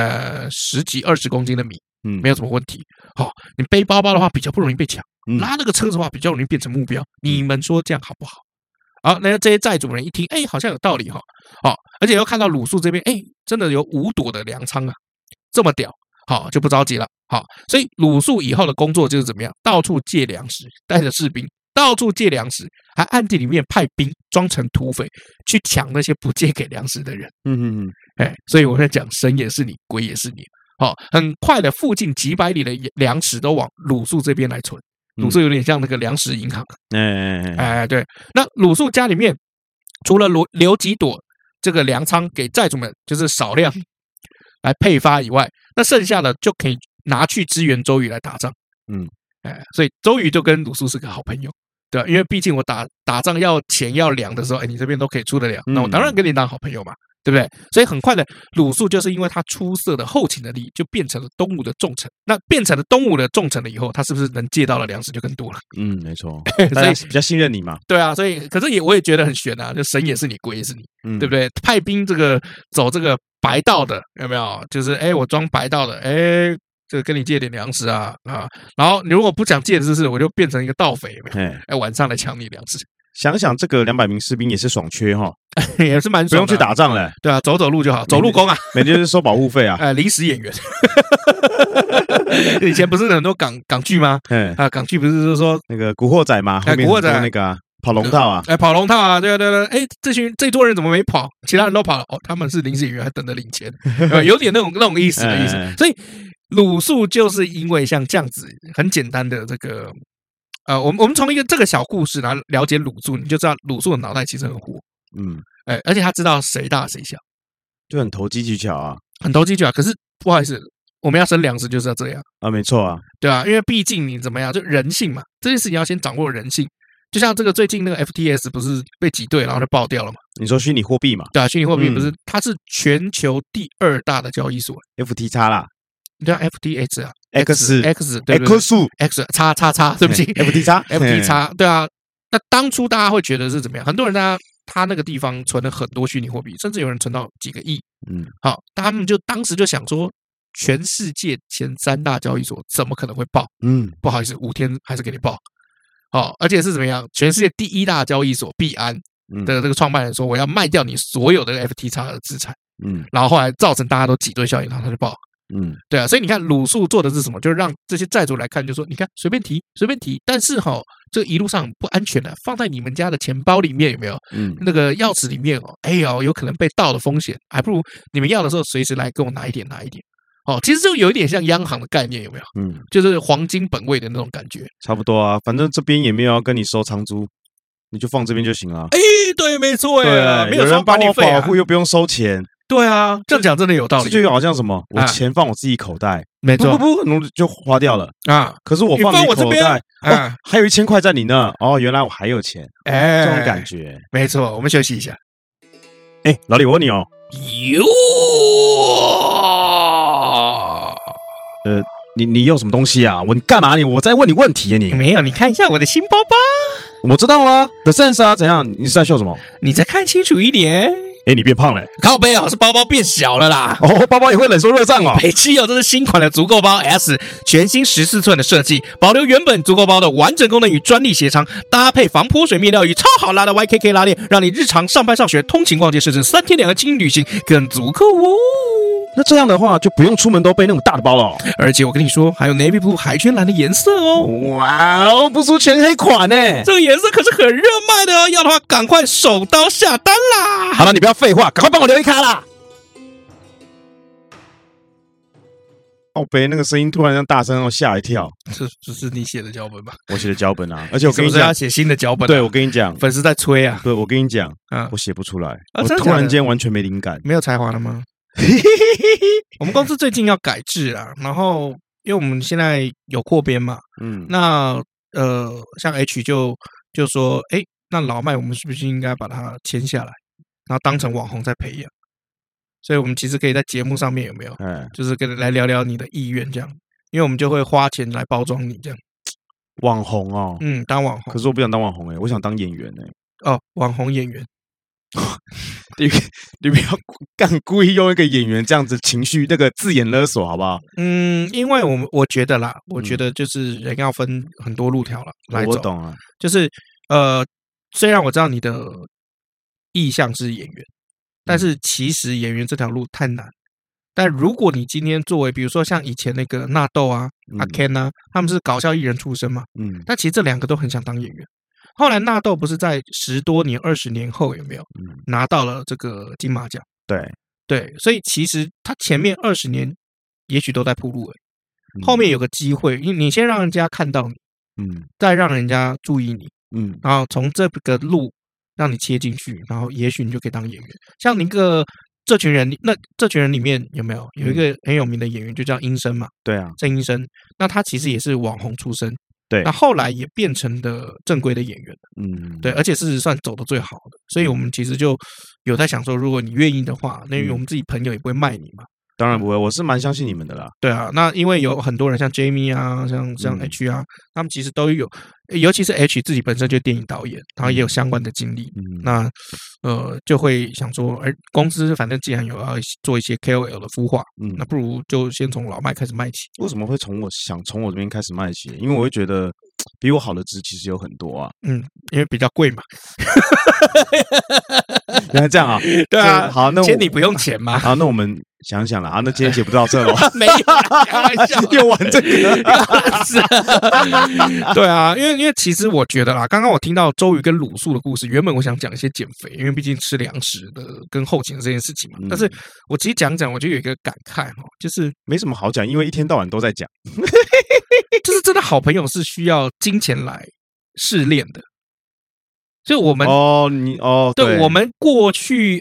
[SPEAKER 3] 10几20公斤的米，没有什么问题。你背包包的话比较不容易被抢，拉那个车的话比较容易变成目标。你们说这样好不好？那这些债主人一听，好像有道理而且又看到鲁肃这边，真的有5垛的粮仓啊，这么屌。 好就不着急了。好，所以鲁肃以后的工作就是怎么样，到处借粮食，带着士兵到处借粮食，还暗地里面派兵装成土匪去抢那些不借给粮食的人。所以我在讲神也是你，鬼也是你。好，很快的，附近几百里的粮食都往鲁肃这边来存。鲁肃有点像那个粮食银行。对。那鲁肃家里面除了留几朵这个粮仓给寨主们，就是少量来配发以外，那剩下的就可以拿去支援周瑜来打仗。所以周瑜就跟鲁肃是个好朋友，对吧？因为毕竟我打仗要钱要粮的时候，你这边都可以出得了，那我当然跟你当好朋友嘛。对不对？所以很快的，鲁肃就是因为他出色的后勤能力，就变成了东吴的重臣。那变成了东吴的重臣了以后，他是不是能借到的粮食就更多了？
[SPEAKER 4] 没错，所以比较信任你嘛。
[SPEAKER 3] 对啊，所以可是我也觉得很悬啊，就神也是你，鬼也是你，对不对？派兵走这个白道的，有没有？就是我装白道的，就跟你借点粮食啊，然后你如果不想借的事，我就变成一个盗匪，晚上来抢你粮食。
[SPEAKER 4] 想想这个200名士兵也是爽缺哈，
[SPEAKER 3] 也是蛮爽的，
[SPEAKER 4] 不用去打仗了。
[SPEAKER 3] 对啊，走走路就好，走路工啊，
[SPEAKER 4] 每天就是收保护费啊。
[SPEAKER 3] 临时演员，以前不是很多港剧吗？港剧不是就是说那
[SPEAKER 4] 个古惑仔嘛，古惑仔那个跑龙套啊，
[SPEAKER 3] 跑龙套啊，对，这桌人怎么没跑？其他人都跑了，他们是临时演员，还等着领钱，有点那种意思的意思。所以鲁肃就是因为像这样子很简单的这个。我们从这个小故事来了解鲁肃，你就知道鲁肃的脑袋其实很活，而且他知道谁大谁小，
[SPEAKER 4] 就很投机取巧啊，
[SPEAKER 3] 很投机取巧。可是不好意思，我们要生粮食就是要这样
[SPEAKER 4] 啊，没错啊，
[SPEAKER 3] 对啊，因为毕竟你怎么样，就人性嘛，这件事情要先掌握人性。就像这个最近那个 FTX 不是被挤兑，然后就爆掉了嘛？
[SPEAKER 4] 你说虚拟货币嘛？
[SPEAKER 3] 对啊，虚拟货币不是，它是全球第2大的交易所
[SPEAKER 4] ，FTX 啦。
[SPEAKER 3] 对啊 ，FTX 啊
[SPEAKER 4] ，X
[SPEAKER 3] 对
[SPEAKER 4] ，X 数
[SPEAKER 3] X 叉，对不起
[SPEAKER 4] ，FTX，
[SPEAKER 3] 对啊。那当初大家会觉得是怎么样？很多人他那个地方存了很多虚拟货币，甚至有人存到几个亿。好，他们就当时就想说，全世界前3大交易所怎么可能会爆？不好意思，5天还是给你爆。好，而且是怎么样？全世界第1大交易所币安的这个创办人说，我要卖掉你所有的 FTX 的资产。然后后来造成大家都挤兑效应，然后他就爆。对啊，所以你看鲁肃做的是什么？就是让这些债主来看，就说你看随便提，但是这一路上不安全的，放在你们家的钱包里面有没有？那个钥匙里面有可能被盗的风险，还不如你们要的时候随时来跟我拿一点。其实就有一点像央行的概念，有没有？就是黄金本位的那种感觉。
[SPEAKER 4] 差不多啊，反正这边也没有要跟你收长租，你就放这边就行了。
[SPEAKER 3] 对，没错
[SPEAKER 4] 没有人帮我保护，又不用收钱。
[SPEAKER 3] 对啊，这样讲真的有道理。
[SPEAKER 4] 这就好像什么，我钱放我自己口袋，
[SPEAKER 3] 没错，
[SPEAKER 4] 不，就花掉了啊。可是我放你口袋，还有1000块在你那，原来我还有钱，这种感觉。
[SPEAKER 3] 没错，我们休息一下。
[SPEAKER 4] 老李，我问你哦，你有什么东西啊？你干嘛？我在问你问题啊！你
[SPEAKER 3] 没有？你看一下我的新包包。
[SPEAKER 4] 我知道啊 ，The Sense 啊，怎样？你是在秀什么？
[SPEAKER 3] 你再看清楚一点。
[SPEAKER 4] 你变胖了，
[SPEAKER 3] 靠背是包包变小了啦。
[SPEAKER 4] 包包也会冷缩热胀哦。
[SPEAKER 3] 北七这是新款的足够包 S， 全新14寸的设计，保留原本足够包的完整功能与专利鞋长，搭配防泼水面料与超好拉的 YKK 拉链，让你日常上班上学、通勤逛街，甚至3天2夜轻旅行更足够哦。
[SPEAKER 4] 那这样的话，就不用出门都背那么大的包了。
[SPEAKER 3] 而且我跟你说，还有 Navy Blue 海军蓝的颜色哦。
[SPEAKER 4] 哇不出全黑款呢，
[SPEAKER 3] 这个颜色可是很热卖的哦。要的话，赶快手刀下单啦！
[SPEAKER 4] 好了，你不要废话，赶快帮我留一卡啦！背那个声音突然这样大声，我吓一跳。
[SPEAKER 3] 这是你写的脚本吧？
[SPEAKER 4] 我写的脚本啊，而且我跟你讲，
[SPEAKER 3] 是不是要写新的脚本？
[SPEAKER 4] 对，我跟你讲，
[SPEAKER 3] 粉丝在催啊。
[SPEAKER 4] 对，我跟你讲，我写不出来，我突然间完全没灵感，
[SPEAKER 3] 没有才华了吗？我们公司最近要改制啦，然后因为我们现在有扩编嘛，那像 H 就说，那老麦我们是不是应该把它签下来，然后当成网红再培养？所以我们其实可以在节目上面有没有，就是跟来聊聊你的意愿这样，因为我们就会花钱来包装你这样。
[SPEAKER 4] 网红哦，
[SPEAKER 3] 当网红，
[SPEAKER 4] 可是我不想当网红我想当演员
[SPEAKER 3] 网红演员。
[SPEAKER 4] 你不要故意用一个演员这样子情绪那个字眼勒索好不好？
[SPEAKER 3] 因为我觉得啦，我觉得就是人要分很多路条了来走。
[SPEAKER 4] 我懂啊，
[SPEAKER 3] 就是虽然我知道你的意向是演员，但是其实演员这条路太难， 但如果你今天作为比如说像以前那个纳豆啊、阿 Ken 啊，他们是搞笑艺人出身嘛，但其实这两个都很想当演员。后来纳豆不是在10多年、20年后有没有拿到了这个金马奖？对，所以其实他前面20年也许都在铺路而已，后面有个机会，因为你先让人家看到你，再让人家注意你，然后从这个路让你切进去，然后也许你就可以当演员。像那个这群人里面有没有一个很有名的演员，就叫英生嘛？
[SPEAKER 4] 对啊，
[SPEAKER 3] 郑英生，那他其实也是网红出身。
[SPEAKER 4] 对，
[SPEAKER 3] 那后来也变成的正规的演员，对，而且事实算走的最好的，所以我们其实就有在想说，如果你愿意的话，那我们自己朋友也不会卖你嘛。
[SPEAKER 4] 当然不会，我是蛮相信你们的啦。
[SPEAKER 3] 对啊，那因为有很多人像 Jamie 啊，像 H 啊，他们其实都有，尤其是 H 自己本身就是电影导演，然后也有相关的经历，那就会想说，公司反正既然有要做一些 KOL 的孵化，那不如就先从老麦开始卖起。
[SPEAKER 4] 为什么会从我这边开始卖起？因为我会觉得比我好的值其实有很多啊。
[SPEAKER 3] 因为比较贵嘛。
[SPEAKER 4] 原来这样啊？
[SPEAKER 3] 对啊。
[SPEAKER 4] 好，那
[SPEAKER 3] 欠你不用钱嘛。
[SPEAKER 4] 好，那我们想想了啊。那今天节目到这了。
[SPEAKER 3] 没有，开玩笑，
[SPEAKER 4] 又玩这个。
[SPEAKER 3] 是。对啊，因为其实我觉得啦，刚刚我听到周瑜跟鲁肃的故事，原本我想讲一些减肥，因为毕竟吃粮食的跟后勤的这件事情嘛。但是我其实讲，我就有一个感慨哈，就是
[SPEAKER 4] 没什么好讲，因为一天到晚都在讲。
[SPEAKER 3] 就是真的好朋友是需要金钱来试炼的。就我们对，我们过去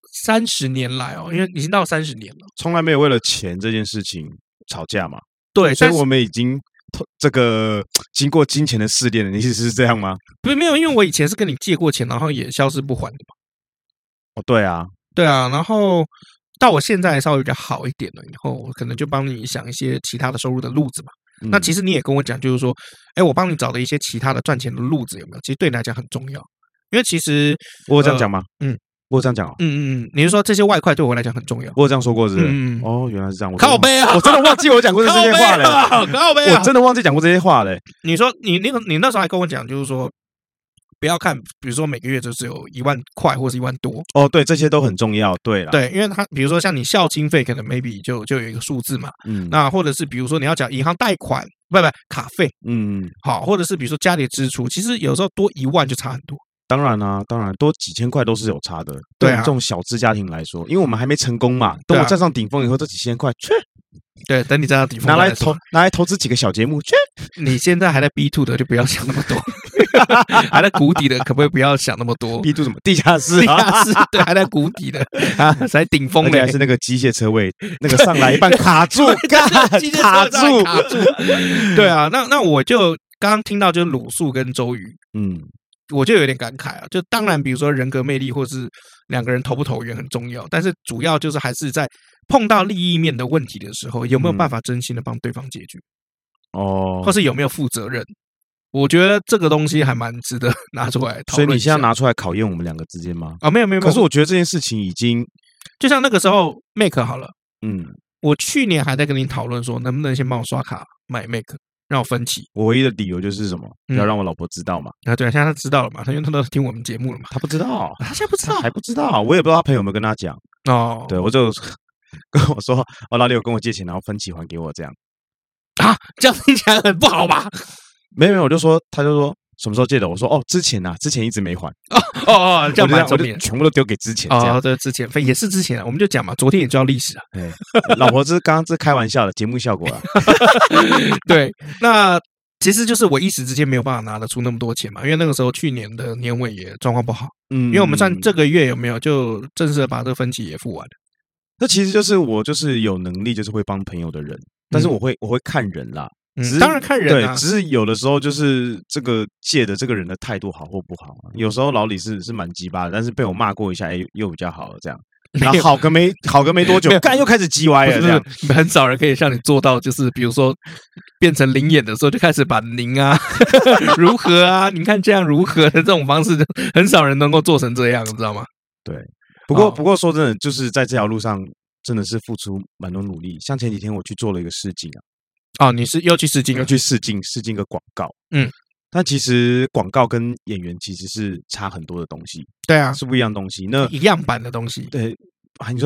[SPEAKER 3] 30年来因为已经到30年了，
[SPEAKER 4] 从来没有为了钱这件事情吵架嘛。
[SPEAKER 3] 对，
[SPEAKER 4] 所以我们已经这个经过金钱的试炼了。你意思是这样吗？
[SPEAKER 3] 不是，没有，因为我以前是跟你借过钱，然后也消失不还的嘛。
[SPEAKER 4] 对啊，
[SPEAKER 3] 然后到我现在稍微比较好一点了，以后我可能就帮你想一些其他的收入的路子嘛。那其实你也跟我讲，就是说，我帮你找的一些其他的赚钱的路子有没有？其实对你来讲很重要，因为其实
[SPEAKER 4] 我有这样讲吗？我有这样讲哦。
[SPEAKER 3] 你是说这些外快对我来讲很重要？
[SPEAKER 4] 我有这样说过是不是？原来是这样。
[SPEAKER 3] 靠背啊！
[SPEAKER 4] 我真的忘记我讲过这些话了。
[SPEAKER 3] 靠背啊！
[SPEAKER 4] 我真的忘记讲过这些话了。
[SPEAKER 3] 你说你那时候还跟我讲，就是说不要看，比如说每个月就只有1万块或是1万多。
[SPEAKER 4] 对，这些都很重要。对了，
[SPEAKER 3] 对，因为他比如说像你校经费，可能 maybe 就有一个数字嘛。那或者是比如说你要缴银行贷款，不卡费。好，或者是比如说家里的支出，其实有时候多1万就差很多。
[SPEAKER 4] 当然啊，当然多几千块都是有差的。
[SPEAKER 3] 对啊，
[SPEAKER 4] 这种小资家庭来说，因为我们还没成功嘛，等我站上顶峰以后，这几千块去。
[SPEAKER 3] 对，等你站上顶峰
[SPEAKER 4] 拿来投资几个小节目去。
[SPEAKER 3] 你现在还在 B2 的就不要想那么多，还在谷底的可不可以不要想那么多
[SPEAKER 4] ？B2 什么？地下室，
[SPEAKER 3] 对，还在谷底的啊，在顶峰的，
[SPEAKER 4] 还是那个机械车位，那个上来一半卡住，卡住。
[SPEAKER 3] 对啊，那我就刚刚听到就是鲁肃跟周瑜，我就有点感慨啊。就当然，比如说人格魅力或是两个人投不投缘很重要，但是主要就是还是在碰到利益面的问题的时候，有没有办法真心的帮对方解决？或是有没有负责任？我觉得这个东西还蛮值得拿出来讨论。
[SPEAKER 4] 所以你现在拿出来考验我们两个之间吗？
[SPEAKER 3] 没有。
[SPEAKER 4] 可是我觉得这件事情已经，
[SPEAKER 3] 就像那个时候 Make 好了，我去年还在跟你讨论说，能不能先帮我刷卡买 Make。让我分期，我
[SPEAKER 4] 唯一的理由就是什么？不要让我老婆知道嘛。
[SPEAKER 3] 对，现在他知道了嘛？因为他都听我们节目了嘛。
[SPEAKER 4] 他不知道，
[SPEAKER 3] 他现在不知道，
[SPEAKER 4] 还不知道。我也不知道他朋友有没有跟他讲。对，我就跟我说，老李有跟我借钱，然后分期还给我这样。
[SPEAKER 3] 这样听起来很不好吧？
[SPEAKER 4] 没有，他就说什么时候借的？我说之前一直没还。
[SPEAKER 3] 这样蛮聪明，
[SPEAKER 4] 全部都丢给之前。
[SPEAKER 3] 对，之前也是之前，我们就讲嘛，昨天也知道历史啊。
[SPEAKER 4] 老婆刚刚开玩笑的节目效果啊。
[SPEAKER 3] 对，那其实就是我一时之间没有办法拿得出那么多钱嘛，因为那个时候去年的年尾也状况不好。因为我们算这个月有没有就正式的把这个分期也付完了。
[SPEAKER 4] 那其实就是我就是有能力，就是会帮朋友的人，但是我会看人啦。
[SPEAKER 3] 当然看人
[SPEAKER 4] 对，只是有的时候就是这个借的这个人的态度好或不好。有时候老李是蛮鸡巴的，但是被我骂过一下，又比较好了这样。然后好个没多久，干又开始鸡歪了。这样
[SPEAKER 3] 很少人可以像你做到，就是比如说变成灵眼的时候，就开始把您啊如何啊，你看这样如何的这种方式，很少人能够做成这样，你知道吗？
[SPEAKER 4] 对，不过说真的，就是在这条路上真的是付出蛮多努力。像前几天我去做了一个试镜
[SPEAKER 3] 你是又去试镜
[SPEAKER 4] 个广告。但其实广告跟演员其实是差很多的东西。
[SPEAKER 3] 对啊，
[SPEAKER 4] 是不一样的东西。那
[SPEAKER 3] 一样版的东西。
[SPEAKER 4] 对，你说吗？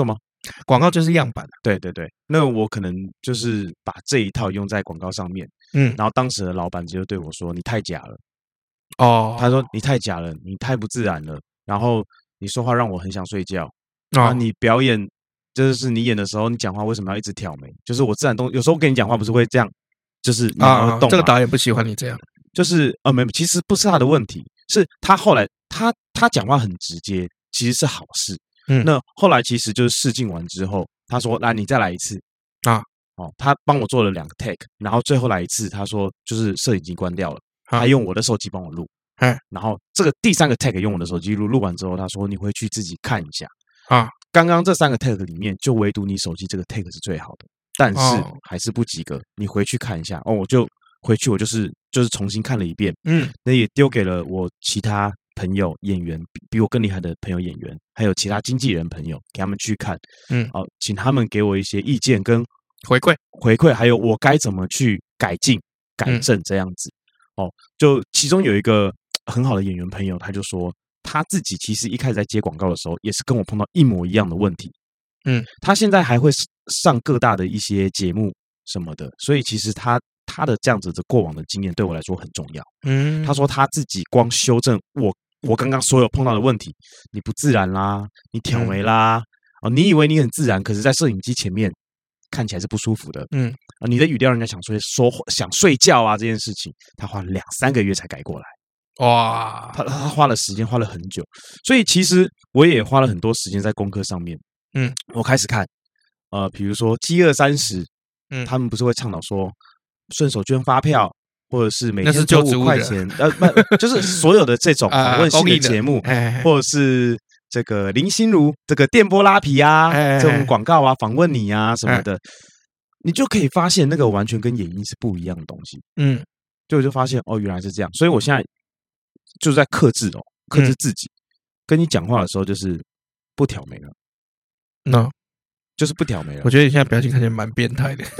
[SPEAKER 3] 广告就是样板。
[SPEAKER 4] 对对对，那我可能就是把这一套用在广告上面，然后当时的老板就对我说：“你太假了。”哦，他说：“你太假了，你太不自然了。然后你说话让我很想睡觉。啊，你表演就是你演的时候，你讲话为什么要一直挑眉？就是我自然动，有时候跟你讲话不是会这样，就是动。
[SPEAKER 3] 这个导演不喜欢你这样，
[SPEAKER 4] 就是没，其实不是他的问题，是他后来他讲话很直接，其实是好事。那后来其实就是试镜完之后，他说：‘来，你再来一次。’啊，哦，他帮我做了2个 take， 然后最后来一次，他说就是摄影机关掉了。”他用我的手机帮我录，然后这个第3个 take 用我的手机录，录完之后他说你回去自己看一下啊。刚刚这3个 take 里面，就唯独你手机这个 take 是最好的，但是还是不及格。你回去看一下哦，我就回去，我就是重新看了一遍，那也丢给了我其他朋友演员，比我更厉害的朋友演员，还有其他经纪人朋友，给他们去看，请他们给我一些意见跟
[SPEAKER 3] 回
[SPEAKER 4] 馈，还有我该怎么去改进改正这样子。哦，就其中有一个很好的演员朋友，他就说他自己其实一开始在接广告的时候，也是跟我碰到一模一样的问题。他现在还会上各大的一些节目什么的，所以其实他的这样子的过往的经验对我来说很重要。他说他自己光修正我刚刚所有碰到的问题，你不自然啦，你挑眉啦，你以为你很自然，可是在摄影机前面看起来是不舒服的。你的语调人家想想睡觉啊这件事情，他花了2-3个月才改过来。哇，他花了时间，花了很久，所以其实我也花了很多时间在功课上面。我开始看，比如说饥饿30，他们不是会倡导说顺手捐发票，或者是每天抽5块钱，就是所有的这种访问性的节目，或者是这个林心如这个电波拉皮啊，这种广告啊，访问你啊什么的，你就可以发现那个完全跟演艺是不一样的东西。我就发现原来是这样，所以我现在就是在克制自己，跟你讲话的时候就是不挑眉了。就是不挑眉了。
[SPEAKER 3] 我觉得你现在表情看起来蛮变态的。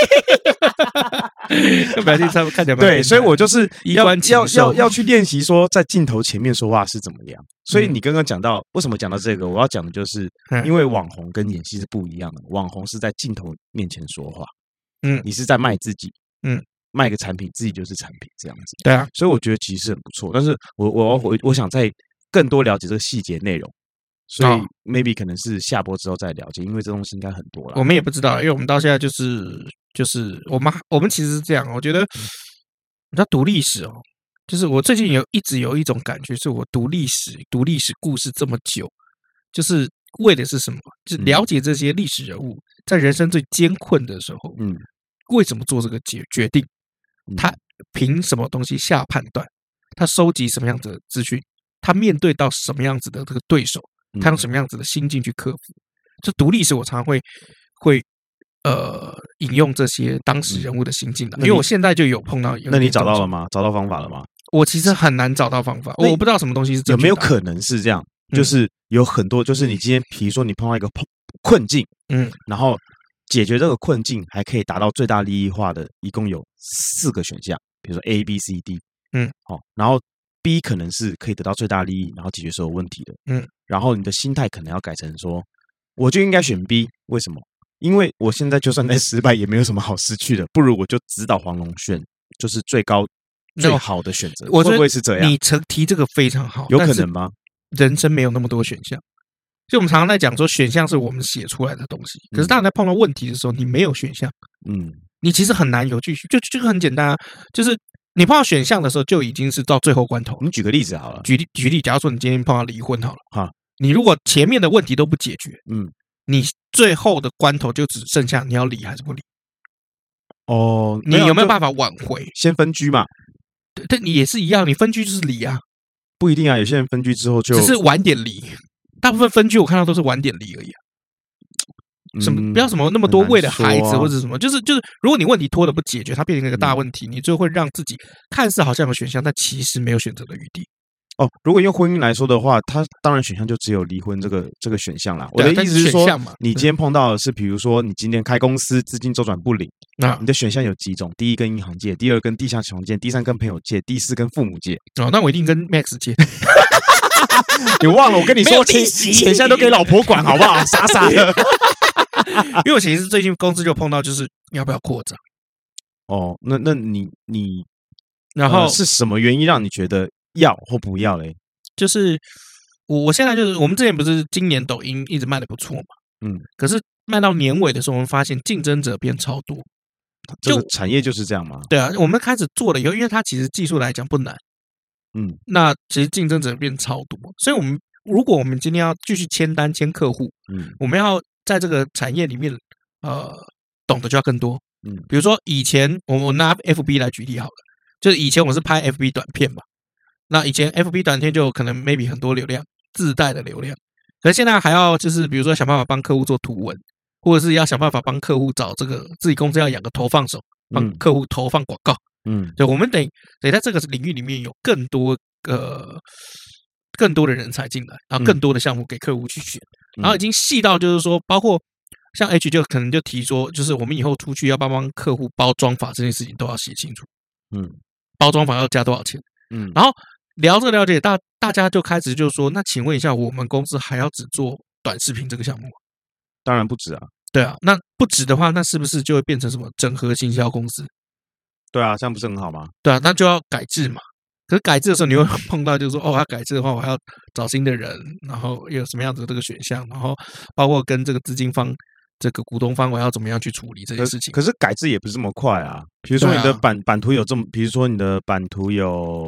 [SPEAKER 3] 表情看起来蛮变态。
[SPEAKER 4] 对，所以我就是要去练习说在镜头前面说话是怎么样。所以你刚刚讲到为什么讲到这个，我要讲的就是因为网红跟演戏是不一样的。网红是在镜头面前说话，你是在卖自己，卖个产品，自己就是产品这样子。
[SPEAKER 3] 对啊，
[SPEAKER 4] 所以我觉得其实很不错。但是我想再更多了解这个细节内容。所以 maybe 可能是下播之后再了解，因为这东西应该很多了。
[SPEAKER 3] 我们也不知道，因为我们到现在就是我们其实是这样。我觉得你知道读历史哦，就是我最近一直有一种感觉，是我读历史故事这么久，就是为的是什么？就是了解这些历史人物在人生最艰困的时候，为什么做这个决定？他凭什么东西下判断？他收集什么样子的资讯？他面对到什么样子的这个对手？他用什么样子的心境去克服？就读历史，我常常会引用这些当时人物的心境的，因为我现在就有碰到。
[SPEAKER 4] 那你找到了吗？找到方法了吗？
[SPEAKER 3] 我其实很难找到方法，我不知道什么东西是正确的。
[SPEAKER 4] 有没有可能是这样？就是有很多，就是你今天比如说你碰到一个困境，然后解决这个困境还可以达到最大利益化的，一共有4个选项，比如说 A、B、C、D，然后 B 可能是可以得到最大利益，然后解决所有问题的，然后你的心态可能要改成说，我就应该选 B， 为什么？因为我现在就算再失败，也没有什么好失去的，不如我就指导黄龙炫，就是最好的选择。会不会是这样？
[SPEAKER 3] 你提这个非常好，
[SPEAKER 4] 有可能吗？
[SPEAKER 3] 人生没有那么多选项，所以我们常常在讲说，选项是我们写出来的东西。可是当你在碰到问题的时候，你没有选项，你其实很难有继续，就很简单啊，就是你碰到选项的时候，就已经是到最后关头。
[SPEAKER 4] 你举个例子好了，
[SPEAKER 3] 举例，假如说你今天碰到离婚好了，你如果前面的问题都不解决，你最后的关头就只剩下你要离还是不离。你有没有办法挽回？
[SPEAKER 4] 先分居嘛？
[SPEAKER 3] 但你也是一样，你分居就是离啊，
[SPEAKER 4] 不一定啊。有些人分居之后就
[SPEAKER 3] 只是晚点离，大部分分居我看到都是晚点离而已啊。不要什么那么多为了孩子或者什么，就是，如果你问题拖的不解决，它变成一个大问题，你就会让自己看似好像有选项，但其实没有选择的余地。
[SPEAKER 4] 如果用婚姻来说的话，它当然选项就只有离婚这个选项啦。我的意思是说，你今天碰到的是，比如说你今天开公司资金周转不灵，你的选项有几种？第一跟银行借，第二跟地下钱借，第三跟朋友借，第四跟父母借。
[SPEAKER 3] 那我一定跟 Max 借。
[SPEAKER 4] 你忘了我跟你说，钱现在都给老婆管，好不好？傻傻的。
[SPEAKER 3] 因为我其实最近公司就碰到，就是要不要扩张。
[SPEAKER 4] 哦，那你
[SPEAKER 3] 然后
[SPEAKER 4] 是什么原因让你觉得要或不要嘞？
[SPEAKER 3] 就是我现在就是我们之前不是今年抖音一直卖的不错嘛，可是卖到年尾的时候，我们发现竞争者变超多。
[SPEAKER 4] 这个产业就是这样嘛？
[SPEAKER 3] 对啊，我们开始做了以后，因为它其实技术来讲不难，那其实竞争者变超多，所以如果我们今天要继续签单签客户，我们要在这个产业里面懂得就要更多。比如说以前我拿 FB 来举例好了，就是以前我是拍 FB 短片嘛，那以前 FB 短片就可能 maybe 很多流量自带的流量，可是现在还要就是比如说想办法帮客户做图文。或者是要想办法帮客户找这个自己公司要养个投放手，帮客户投放广告。对，我们得在这个领域里面有更多的人才进来，然后更多的项目给客户去选，然后已经细到就是说，包括像 H 就可能就提说，就是我们以后出去要帮客户包装法这件事情都要写清楚。包装法要加多少钱？然后了解，大家就开始就说，那请问一下，我们公司还要只做短视频这个项目吗？
[SPEAKER 4] 当然不止啊。
[SPEAKER 3] 对啊，那不止的话，那是不是就会变成什么整合行销公司？
[SPEAKER 4] 对啊，这样不是很好吗？
[SPEAKER 3] 对啊，那就要改制嘛。可是改制的时候，你会碰到就是说，要改制的话，我还要找新的人，然后有什么样子的这个选项，然后包括跟这个资金方、这个股东方，我要怎么样去处理这件事情？
[SPEAKER 4] 可是改制也不是这么快啊。比如说你的版图有比如说你的版图有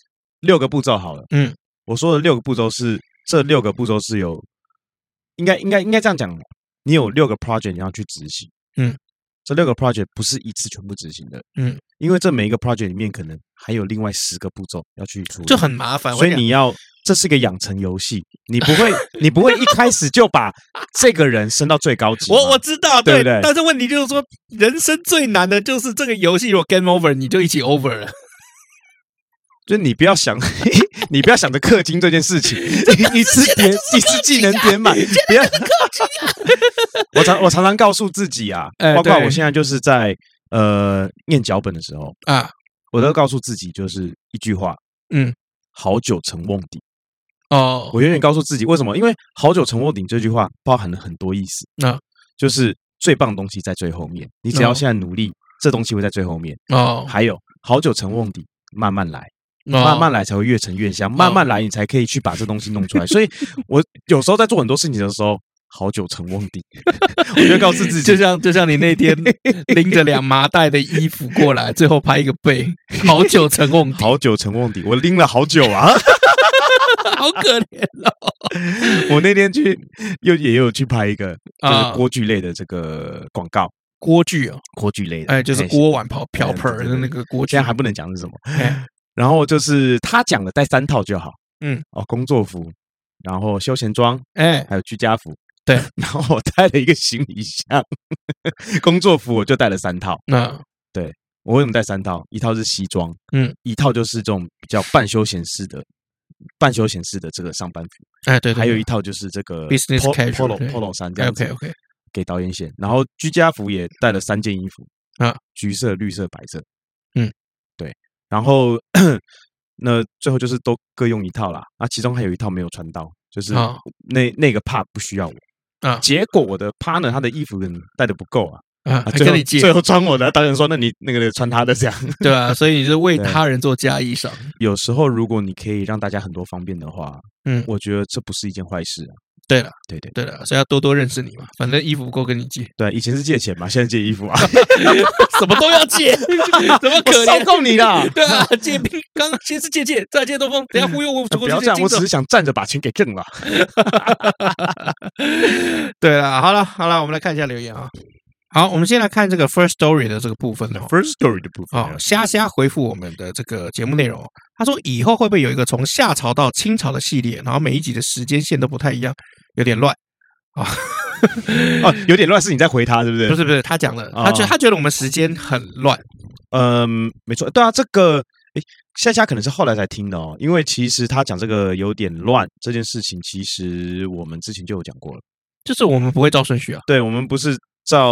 [SPEAKER 4] 6个步骤好了。我说的6个步骤是这6个步骤是有，应该这样讲。你有6个 project 你要去执行，这6个 project 不是一次全部执行的，因为这每一个 project 里面可能还有另外10个步骤要去处理，
[SPEAKER 3] 就很麻烦。
[SPEAKER 4] 所以这是一个养成游戏，你不会一开始就把这个人升到最高级。
[SPEAKER 3] 我知道，
[SPEAKER 4] 对不对？
[SPEAKER 3] 但是问题就是说，人生最难的就是这个游戏，如果 game over， 你就一起 over 了。
[SPEAKER 4] 就你不要想，你不要想着氪金这件事情，一次技能点满，不要我常常告诉自己啊，包括我现在就是在念脚本的时候啊，我都告诉自己就是一句话，好酒沉瓮底。我永远告诉自己为什么？因为好酒沉瓮底这句话包含了很多意思就是最棒的东西在最后面，你只要现在努力，这东西会在最后面还有好酒沉瓮底，慢慢来。慢慢来才会越陈越香，慢慢来你才可以去把这东西弄出来。所以我有时候在做很多事情的时候，好酒沉瓮底，我就告诉自己，
[SPEAKER 3] 就像你那天拎着2麻袋的衣服过来，最后拍一个背，好酒沉瓮底，
[SPEAKER 4] 好酒沉瓮底，我拎了好久啊，
[SPEAKER 3] 好可怜哦。
[SPEAKER 4] 我那天也有去拍一个就是锅具类的这个广告。
[SPEAKER 3] 锅具啊，
[SPEAKER 4] 锅具类的，
[SPEAKER 3] 就是锅碗瓢盆的那个锅具，
[SPEAKER 4] 现在还不能讲是什么。然后就是他讲的带3套就好，工作服，然后休闲装，还有居家服，
[SPEAKER 3] 对。
[SPEAKER 4] 然后我带了一个行李箱，工作服我就带了3套，对，我为什么带3套？一套是西装，一套就是这种比较半休闲式的这个上班服，
[SPEAKER 3] 对，
[SPEAKER 4] 还有一套就是这个
[SPEAKER 3] business casual
[SPEAKER 4] polo 衫这样子
[SPEAKER 3] ，OK，
[SPEAKER 4] 给导演选。然后居家服也带了3件衣服，橘色、绿色、白色，对。然后那最后就是都各用一套啦，其中还有一套没有穿到，就是那个 part 不需要我，结果我的 partner 他的衣服带的不够最后穿我的，导演说那你那个穿他的这样，
[SPEAKER 3] 对啊，所以你是为他人做嫁衣裳。
[SPEAKER 4] 有时候如果你可以让大家很多方便的话，我觉得这不是一件坏事啊。
[SPEAKER 3] 对了，对了，所以要多多认识你嘛。反正衣服不够跟你借，
[SPEAKER 4] 对，以前是借钱嘛，现在借衣服啊，
[SPEAKER 3] 什么都要借，怎么可怜？
[SPEAKER 4] 受够你了，
[SPEAKER 3] 对啊，借兵，刚刚先是借，再借东风，等下忽悠我，
[SPEAKER 4] 不要这样，我只是想站着把钱给挣了。
[SPEAKER 3] 对了，好了，我们来看一下留言啊。好，我们先来看这个 First Story 的这个部分哦。
[SPEAKER 4] First Story 的部分
[SPEAKER 3] 虾回复我们的这个节目内容。他说以后会不会有一个从夏朝到清朝的系列，然后每一集的时间线都不太一样，有点乱啊。
[SPEAKER 4] 有点乱是你在回他是不是？
[SPEAKER 3] 不是，他讲了，他觉得我们时间很乱。
[SPEAKER 4] 没错，对啊，这个夏可能是后来才听的哦，因为其实他讲这个有点乱这件事情，其实我们之前就有讲过了，
[SPEAKER 3] 就是我们不会照顺序啊。
[SPEAKER 4] 对，我们不是照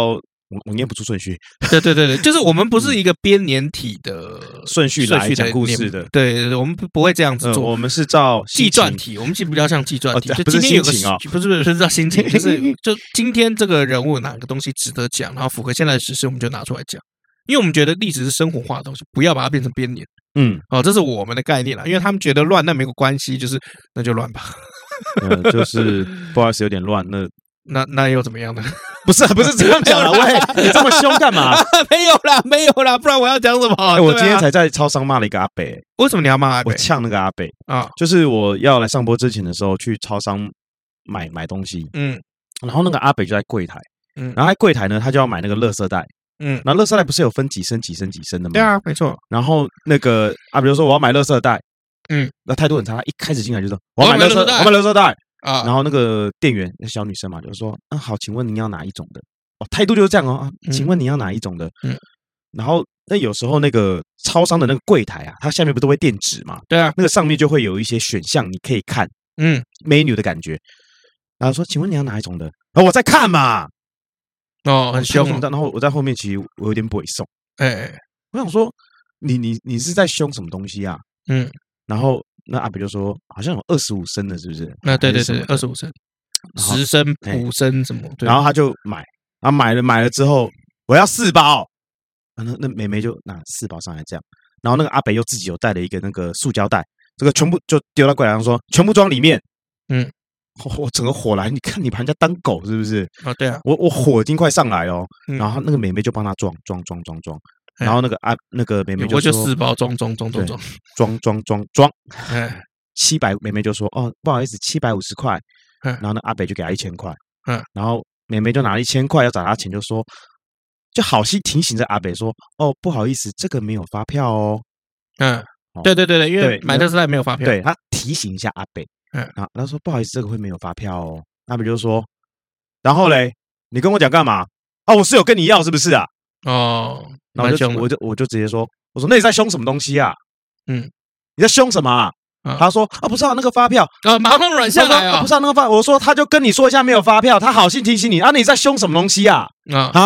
[SPEAKER 4] 我念不出顺序。
[SPEAKER 3] 对，就是我们不是一个编年体的
[SPEAKER 4] 顺序来讲故事的。
[SPEAKER 3] 对，我们不会这样子做。
[SPEAKER 4] 我们是照
[SPEAKER 3] 纪传体，我们比较像纪传体。就
[SPEAKER 4] 不是心情啊，
[SPEAKER 3] 不是照心情，就今天这个人物哪个东西值得讲，然后符合现在的时事，我们就拿出来讲。因为我们觉得历史是生活化的东西，不要把它变成编年。这是我们的概念啦。因为他们觉得乱，那没有关系，就是那就乱吧。
[SPEAKER 4] 就是不好意思，有点乱。
[SPEAKER 3] 那又怎么样呢？
[SPEAKER 4] 不是这样讲了，喂，你这么凶干嘛？
[SPEAKER 3] 没有啦，不然我要讲什么？
[SPEAKER 4] 我今天才在超商骂了一个阿伯。
[SPEAKER 3] 为什么你要骂阿伯？
[SPEAKER 4] 我呛那个阿伯啊，就是我要来上播之前的时候，去超商买东西，然后那个阿伯就在柜台，然后在柜台呢，他就要买那个垃圾袋，然后垃圾袋不是有分几升的吗？
[SPEAKER 3] 对啊，没错。
[SPEAKER 4] 然后那个阿伯就说我要买垃圾袋，那态度很差，他一开始进来就说我要买垃圾袋。然后那个店员小女生嘛，就说好，请问您要哪一种的？态度就是这样哦。请问你要哪一种的？然后那有时候那个超商的那个柜台啊，它下面不都会垫纸嘛？
[SPEAKER 3] 对啊，
[SPEAKER 4] 那个上面就会有一些选项，你可以看，menu 的感觉。然后说，请问你要哪一种的？我在看嘛。
[SPEAKER 3] 很凶。
[SPEAKER 4] 然后我在后面，其实我有点不会送。我想说，你是在凶什么东西啊？然后那阿伯就说，好像有25升的，是不是？
[SPEAKER 3] 对，25升，10升、5升什么？
[SPEAKER 4] 然后他就买，然后买了之后，我要4包。那妹妹就拿4包上来这样，然后那个阿伯又自己有带了一个那个塑胶袋，这个全部就丢到柜台上说，全部装里面。我整个火来，你看你把人家当狗是不是？
[SPEAKER 3] 对啊，
[SPEAKER 4] 我火已经快上来了，然后那个妹妹就帮他装，然后那个妹妹就说
[SPEAKER 3] 4包装
[SPEAKER 4] ，700，妹妹就说不好意思，750块，然后那阿北就给他1000块，然后妹妹就拿了1000块要找他钱，就说就好心提醒这阿北说，不好意思，这个没有发票哦。
[SPEAKER 3] 对，因为买特斯拉没有发票，
[SPEAKER 4] 对他提醒一下阿北。然后他说不好意思，这个会没有发票哦。阿北就说，然后嘞，你跟我讲干嘛？我是有跟你要是不是啊？然后我就直接说，我说那你在凶什么东西啊？你在凶什么啊？他说不是那个发票
[SPEAKER 3] 马上软下来啊！
[SPEAKER 4] 不是那个发，我说他就跟你说一下没有发票，他好心提醒你你在凶什么东西啊？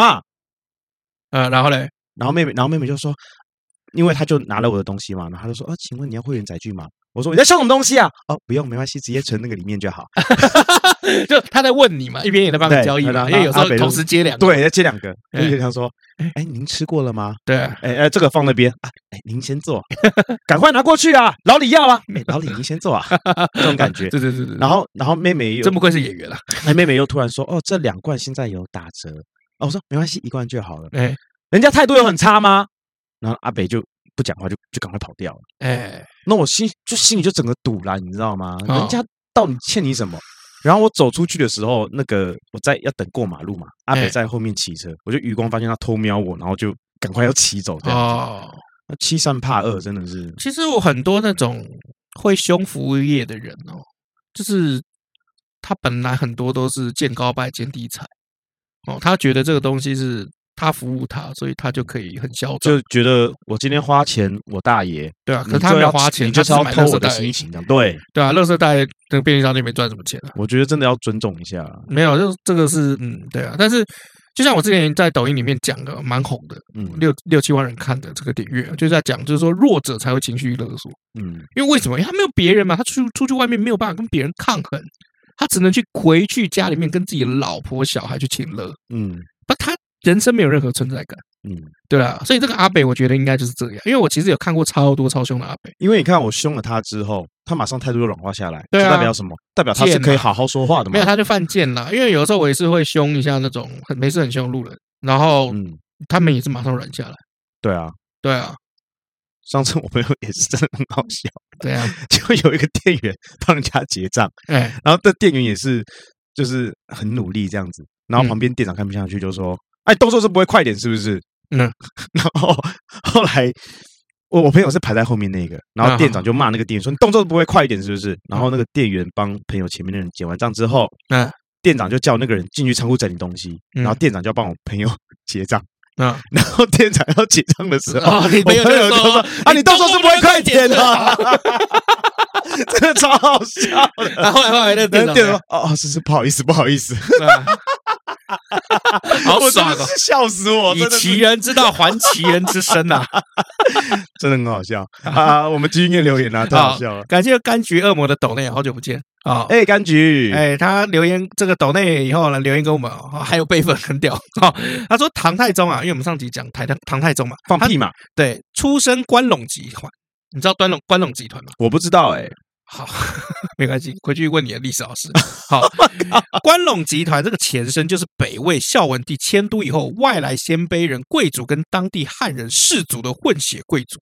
[SPEAKER 3] 然后嘞，
[SPEAKER 4] 然后妹妹就说，因为他就拿了我的东西嘛，然后他就说请问你要会员载具吗？我说你在凶什么东西啊？不用，没关系，直接存那个里面就好。
[SPEAKER 3] 就他在问你嘛，一边也在帮你交易嘛，因为有时候同时接2个，
[SPEAKER 4] 对，接2个。他说，您吃过了吗？
[SPEAKER 3] 对，
[SPEAKER 4] 这个放那边您先坐，赶快拿过去啊，老李要啊，老李您先坐啊，这种感觉。
[SPEAKER 3] 对。
[SPEAKER 4] 然后妹妹又
[SPEAKER 3] 真不愧是演员了，
[SPEAKER 4] 妹妹又突然说，这2罐现在有打折。我说没关系，1罐就好了。人家态度又很差吗？然后阿北就不讲话，就赶快跑掉了。那我心里就整个堵了，你知道吗？人家到底欠你什么？然后我走出去的时候，我要等过马路嘛，阿北在后面骑车，我就余光发现他偷瞄我，然后就赶快要骑走这样子。欺善怕恶真的是。
[SPEAKER 3] 其实我很多那种会凶服务业的人就是他本来很多都是见高拜见低踩，他觉得这个东西是他服务他，所以他就可以很嚣张，
[SPEAKER 4] 就觉得我今天花钱，我大爷。
[SPEAKER 3] 对啊，可是他没有花钱，
[SPEAKER 4] 你就是要偷我的心情，对
[SPEAKER 3] 啊，垃圾袋那个便利商店没赚什么钱啊。
[SPEAKER 4] 我觉得真的要尊重一下。
[SPEAKER 3] 没有，就这个是对啊。但是就像我之前在抖音里面讲的，蛮红的，6-7万人看的这个点阅，就是在讲，就是说弱者才会情绪勒索。因为为什么？因为他没有别人嘛，他出去外面没有办法跟别人抗衡，他只能回去家里面跟自己的老婆小孩去请乐。他人生没有任何存在感。对啊，所以这个阿北我觉得应该就是这样，因为我其实有看过超多超凶的阿北。
[SPEAKER 4] 因为你看我凶了他之后，他马上态度就软化下来，
[SPEAKER 3] 对啊，
[SPEAKER 4] 代表什么？代表他是可以好好说话的嘛。
[SPEAKER 3] 没有，他就犯贱啦。因为有时候我也是会凶一下那种没事很凶的路人，然后他们也是马上软下来。对啊。
[SPEAKER 4] 上次我朋友也是真的很好笑。
[SPEAKER 3] 对啊，
[SPEAKER 4] 就有一个店员帮人家结账，然后这店员也是就是很努力这样子，然后旁边店长看不下去就说：“动作是不会快点是不是？”然后后来我朋友是排在后面那个，然后店长就骂那个店员说：“你动作不会快一点是不是？”然后那个店员帮朋友前面的人结完账之后，店长就叫那个人进去仓库整理东西，然后店长就要帮我朋友结账。然后店长要结账的时候，我朋友就说：“你动作是不会快点的。”真的超好笑的。
[SPEAKER 3] 然后后来那店长
[SPEAKER 4] 说：“是不好意思。”
[SPEAKER 3] 好爽哦！
[SPEAKER 4] 笑死我！
[SPEAKER 3] 以其人之道还其人之身啊，
[SPEAKER 4] 真的很好笑啊！我们继续念留言啊，太好笑了。
[SPEAKER 3] 感谢柑橘恶魔的抖内，好久不见啊！
[SPEAKER 4] 柑橘，
[SPEAKER 3] 他留言这个抖内以后呢，留言给我们还有备份很屌啊！他说唐太宗啊，因为我们上集讲唐太宗嘛，
[SPEAKER 4] 放屁嘛，
[SPEAKER 3] 对，出身关陇集团，你知道关陇集团吗？
[SPEAKER 4] 我不知道
[SPEAKER 3] 好，没关系，回去问你的历史老师。好，关陇集团这个前身就是北魏孝文帝迁都以后，外来鲜卑人贵族跟当地汉人士族的混血贵族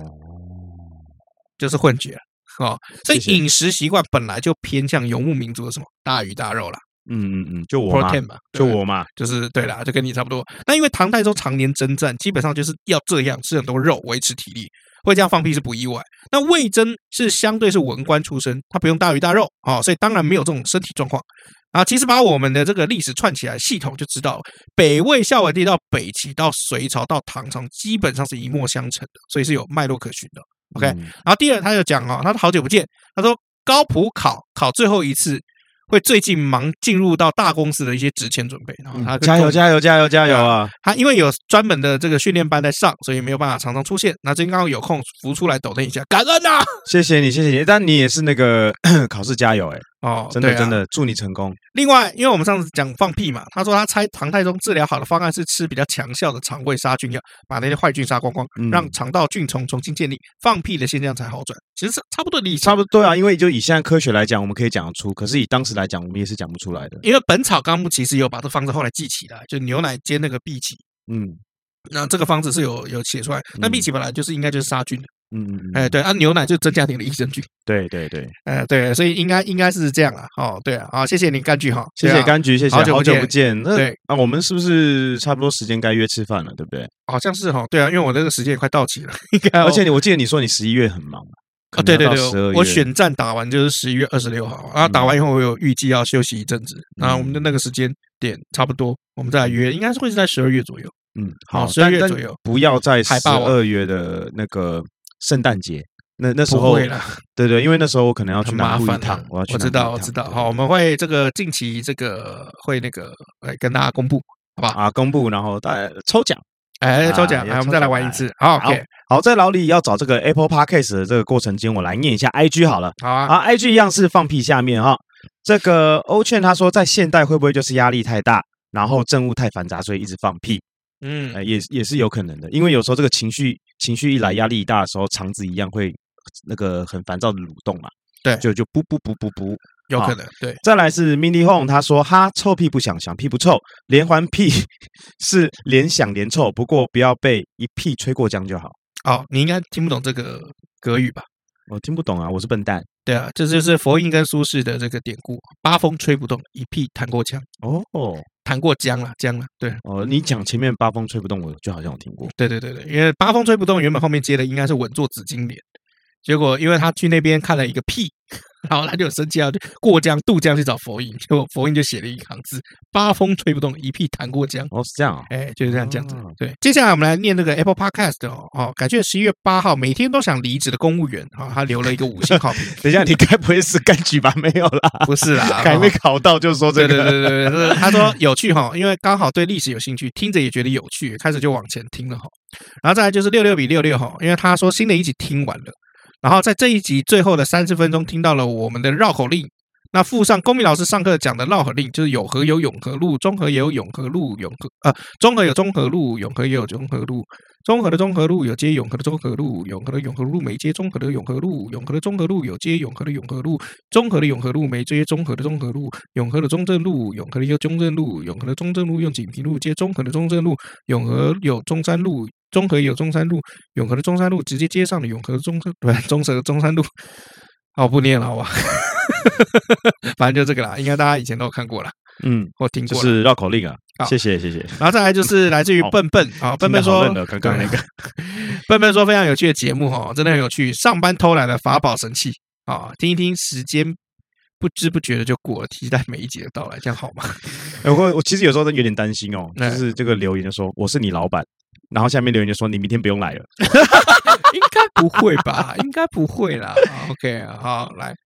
[SPEAKER 3] 就是混血所以饮食习惯本来就偏向游牧民族的什么大鱼大肉啦。
[SPEAKER 4] 就我嘛，就我嘛，
[SPEAKER 3] 就是对啦，就跟你差不多。那因为唐太宗常年征战，基本上就是要这样吃很多肉维持体力，会这样放屁是不意外。那魏征是相对是文官出身，他不用大鱼大肉所以当然没有这种身体状况啊。其实把我们的这个历史串起来，系统就知道北魏孝文帝到北齐到隋朝到唐朝，基本上是一脉相承的，所以是有脉络可循的。OK，然后第二他就讲他说好久不见，他说高普考最后一次。会最近忙进入到大公司的一些职前准备，然后他
[SPEAKER 4] 加油啊！
[SPEAKER 3] 他因为有专门的这个训练班在上，所以没有办法常常出现。那最近刚好有空浮出来抖那一下，感恩啊！
[SPEAKER 4] 谢谢你，但你也是那个考试加油真的祝你成功。
[SPEAKER 3] 另外，因为我们上次讲放屁嘛，他说他猜唐太宗治疗好的方案是吃比较强效的肠胃杀菌药，把那些坏菌杀光光，让肠道菌丛重新建立，放屁的现象才好转。其实差不多的意思，
[SPEAKER 4] 差不多啊。因为就以现在科学来讲，我们可以讲得出，可是以当时来讲，我们也是讲不出来的。
[SPEAKER 3] 因为《本草纲目》其实有把这方子后来记起来，就牛奶煎那个荸荠，那这个方子是有写出来。那荸荠本来应该就是杀菌的，对，牛奶就增加点的益生菌，
[SPEAKER 4] 对，
[SPEAKER 3] 对，所以应该是这样啦。对啊，好，谢谢你柑橘
[SPEAKER 4] 谢谢柑橘，谢谢，好久不见。
[SPEAKER 3] 对，
[SPEAKER 4] 我们是不是差不多时间该约吃饭了，对不对？
[SPEAKER 3] 好像是对啊，因为我这个时间也快到期了，应该。
[SPEAKER 4] 而且我记得你说你11月很忙
[SPEAKER 3] 对，我选战打完就是11月26号，然后打完以后我有预计要休息一阵子，然后我们的那个时间点差不多，我们再来约，应该是会是在12月左右。
[SPEAKER 4] 好
[SPEAKER 3] ，12月左右，
[SPEAKER 4] 不要在12月的那个圣诞节，那时候
[SPEAKER 3] 不会啦。
[SPEAKER 4] 对，因为那时候我可能要去南部一趟，
[SPEAKER 3] 我知道。好，我们会这个近期会来跟大家公布，好吧？
[SPEAKER 4] 公布，然后大家抽奖。
[SPEAKER 3] 抽奖，我们再来玩一次。
[SPEAKER 4] 好，在老李要找这个 Apple Podcast 的这个过程间，我来念一下 IG 好了。
[SPEAKER 3] 好啊
[SPEAKER 4] ，IG 一样是放屁下面这个欧劝他说，在现代会不会就是压力太大，然后政务太繁杂，所以一直放屁？也是有可能的，因为有时候这个情绪一来，压力一大的时候，肠子一样会那个很烦躁的蠕动嘛。
[SPEAKER 3] 对，
[SPEAKER 4] 就不，
[SPEAKER 3] 有可能。对，
[SPEAKER 4] 再来是 Mini Home， 他说哈臭屁不响，响屁不臭，连环屁是连响连臭，不过不要被一屁吹过江就好。
[SPEAKER 3] 你应该听不懂这个格语吧？
[SPEAKER 4] 我听不懂啊，我是笨蛋。
[SPEAKER 3] 对啊，这就是佛印跟苏轼的这个典故，八风吹不动，一屁弹过江。弹过江了，对。
[SPEAKER 4] 你讲前面八风吹不动，我就好像有听过。
[SPEAKER 3] 对，因为八风吹不动原本后面接的应该是稳坐紫金莲，结果因为他去那边看了一个屁，然后他就生气了，就过江渡江去找佛印，结果佛印就写了一行字：八风吹不动，一屁弹过江。
[SPEAKER 4] 是这样
[SPEAKER 3] 就是这样讲的。对，接下来我们来念这个 Apple Podcast 感谢11月8号每天都想离职的公务员他留了一个5星好评。
[SPEAKER 4] 等一下，你该不会是柑橘吧？没有啦，
[SPEAKER 3] 不是啦，
[SPEAKER 4] 还没考到就说这个。
[SPEAKER 3] 对，他说有趣因为刚好对历史有兴趣，听着也觉得有趣，开始就往前听了然后再来就是66比66因为他说新的一集听完了。然后在这一集最后的30分钟听到了我们的绕口令，那附上公民老师上课讲的绕口令，就是有河有永和路，中和也有永和路，中和有中和路，永和也有中和路，中和的中和路有接永和的中和路，永和的永和路没接中和的永和路，永和的中和路有接永和的永和路，中和的永和路没接中和的中和路，永和的中正路，永和的有中正路，永和的中正路用锦屏路接中和的中正路，永和有中山路。中和有中山路，永和的中山路直接接上了永和中山路。不念了，好吧？反正就这个啦，应该大家以前都有看过啦。我听过，
[SPEAKER 4] 就是绕口令啊。谢谢。
[SPEAKER 3] 然后再来就是来自于笨笨笨笨说，
[SPEAKER 4] 刚刚那个
[SPEAKER 3] 笨笨说非常有趣的节目真的很有趣，上班偷来的法宝神器听一听，时间不知不觉的就过了，期待每一集的到来，这样好吗？
[SPEAKER 4] 我其实有时候有点担心就是这个留言就说我是你老板。然后下面留言就说你明天不用来了。
[SPEAKER 3] 应该不会吧？应该不会啦。OK， 好，来，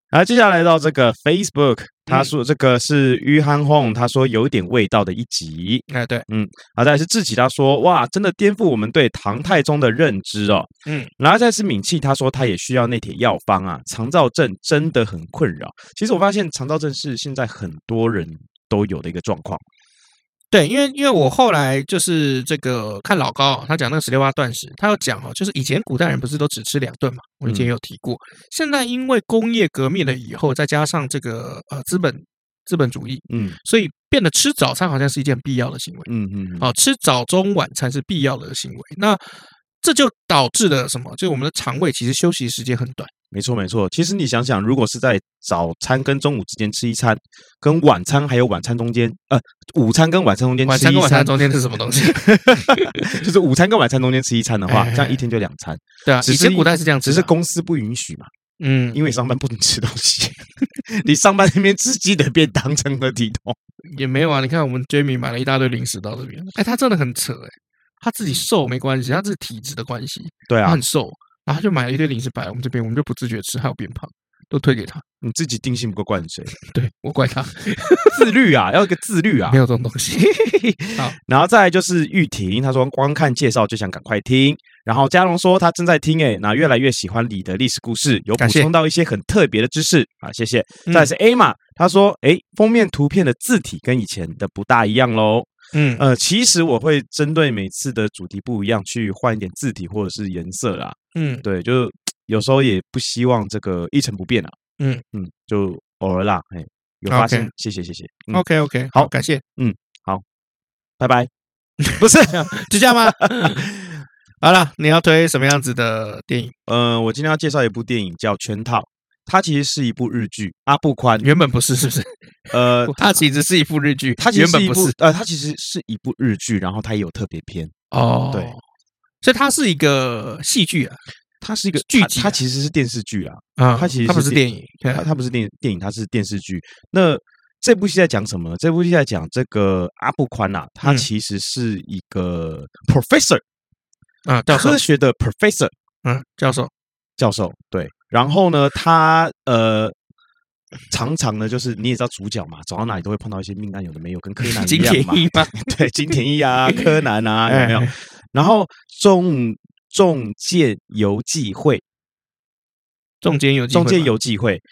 [SPEAKER 4] 然后接下来到这个 Facebook， 他说这个是约翰홍，他说有点味道的一集。
[SPEAKER 3] 对，
[SPEAKER 4] 好，再来是志奇，他说哇，真的颠覆我们对唐太宗的认知哦。然后再是敏气，他说他也需要内铁药方啊，肠燥症真的很困扰。其实我发现肠燥症是现在很多人都有的一个状况。
[SPEAKER 3] 对，因为我后来就是这个看老高，他讲那个16-8断食，他有讲就是以前古代人不是都只吃2顿嘛，我以前有提过。现在因为工业革命了以后，再加上这个资本主义，所以变得吃早餐好像是一件必要的行为，吃早中晚餐是必要的行为。那这就导致了什么？就我们的肠胃其实休息时间很短。
[SPEAKER 4] 没错。其实你想想，如果是在早餐跟中午之间吃一餐，跟晚餐还有晚餐中间，午餐跟晚餐中间吃一餐，
[SPEAKER 3] 晚餐跟晚餐中间是什么东西？
[SPEAKER 4] 就是午餐跟晚餐中间吃一餐的话，这样一天就2餐。
[SPEAKER 3] 对啊，以前古代是这样，
[SPEAKER 4] 只是公司不允许嘛。因为上班不能吃东西，你上班那边吃鸡的便当成何体统？
[SPEAKER 3] 也没有啊，你看我们 Jamie 买了一大堆零食到这边，他真的很扯他自己瘦没关系，他是体质的关系，
[SPEAKER 4] 对啊，
[SPEAKER 3] 他很瘦。然后他就买了一堆零食摆我们这边，我们就不自觉吃，还有变胖，都推给他。
[SPEAKER 4] 你自己定性不够怪谁？
[SPEAKER 3] 对，我怪他。
[SPEAKER 4] 自律啊，要一个自律啊，
[SPEAKER 3] 没有这种东西。
[SPEAKER 4] 好，然后再来就是玉婷，他说光看介绍就想赶快听。然后嘉龙说他正在听那越来越喜欢你的历史故事，有补充到一些很特别的知识啊，谢谢。再来是 Emma，他说封面图片的字体跟以前的不大一样喽。其实我会针对每次的主题不一样去换一点字体或者是颜色啦。对，就有时候也不希望这个一成不变啊。就偶尔啦，有发现，谢谢。
[SPEAKER 3] OK， 好，感谢。
[SPEAKER 4] 好，拜拜。不是
[SPEAKER 3] 就这样吗？好了，你要推什么样子的电影？
[SPEAKER 4] 我今天要介绍一部电影叫《圈套》，它其实是一部日剧，阿部宽
[SPEAKER 3] 原本不是，是不是？它其实是一部日剧，
[SPEAKER 4] 它
[SPEAKER 3] 原本不是，
[SPEAKER 4] 它其实是一部日剧，然后它也有特别篇对，
[SPEAKER 3] 所以它是一个戏剧啊，
[SPEAKER 4] 它是一个
[SPEAKER 3] 剧集，
[SPEAKER 4] 它其实是电视剧啊，
[SPEAKER 3] 它其实它不是电影，
[SPEAKER 4] 它不是电影，它是电视剧。那这部戏在讲什么？这部戏在讲这个阿部宽啊，他其实是一个 professor。科学的 professor， 教授，对。然后呢，他常常呢，就是你也知道主角嘛，走到哪里都会碰到一些命案，有的没有，跟柯南一样嘛。对，金田一啊，柯南啊，有没有？然后中介游记会，然后中介游记会，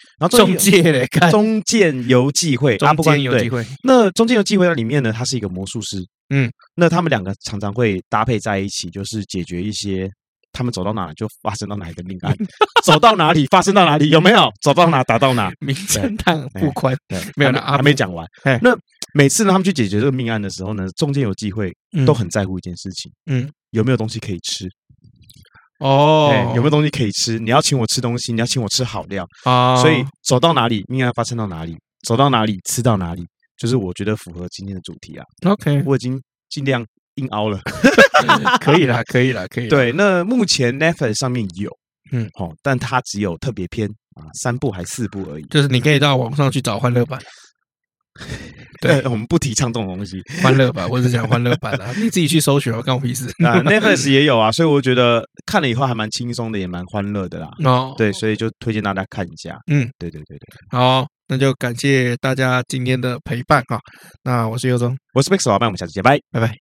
[SPEAKER 4] 阿部宽游记会。那中介游记会里面呢，他是一个魔术师。那他们两个常常会搭配在一起，就是解决一些他们走到哪就发生到哪一个命案，走到哪里发生到哪里，有没有？走到哪打到哪。
[SPEAKER 3] 名侦探不宽，
[SPEAKER 4] 没有，还没讲完。那每次呢，他们去解决这个命案的时候呢，中间有机会都很在乎一件事情，有没有东西可以吃？有没有东西可以吃？你要请我吃东西，你要请我吃好料所以走到哪里，命案发生到哪里，走到哪里吃到哪里。就是我觉得符合今天的主题啊。
[SPEAKER 3] OK，
[SPEAKER 4] 我已经尽量硬凹了。
[SPEAKER 3] 可以啦。
[SPEAKER 4] 对，那目前 Netflix 上面有，但它只有特别篇3部还4部而已。
[SPEAKER 3] 就是你可以到网上去找欢乐版。
[SPEAKER 4] 对，我们不提倡这种东西。
[SPEAKER 3] 欢乐版，我只讲欢乐版啊，你自己去搜寻，关我屁事。
[SPEAKER 4] Netflix 也有啊，所以我觉得看了以后还蛮轻松的，也蛮欢乐的啦。对，所以就推荐大家看一下。对。
[SPEAKER 3] 好，那就感谢大家今天的陪伴哈。那我是尤忠，
[SPEAKER 4] 我是 Max 老板，我们下次见，拜拜。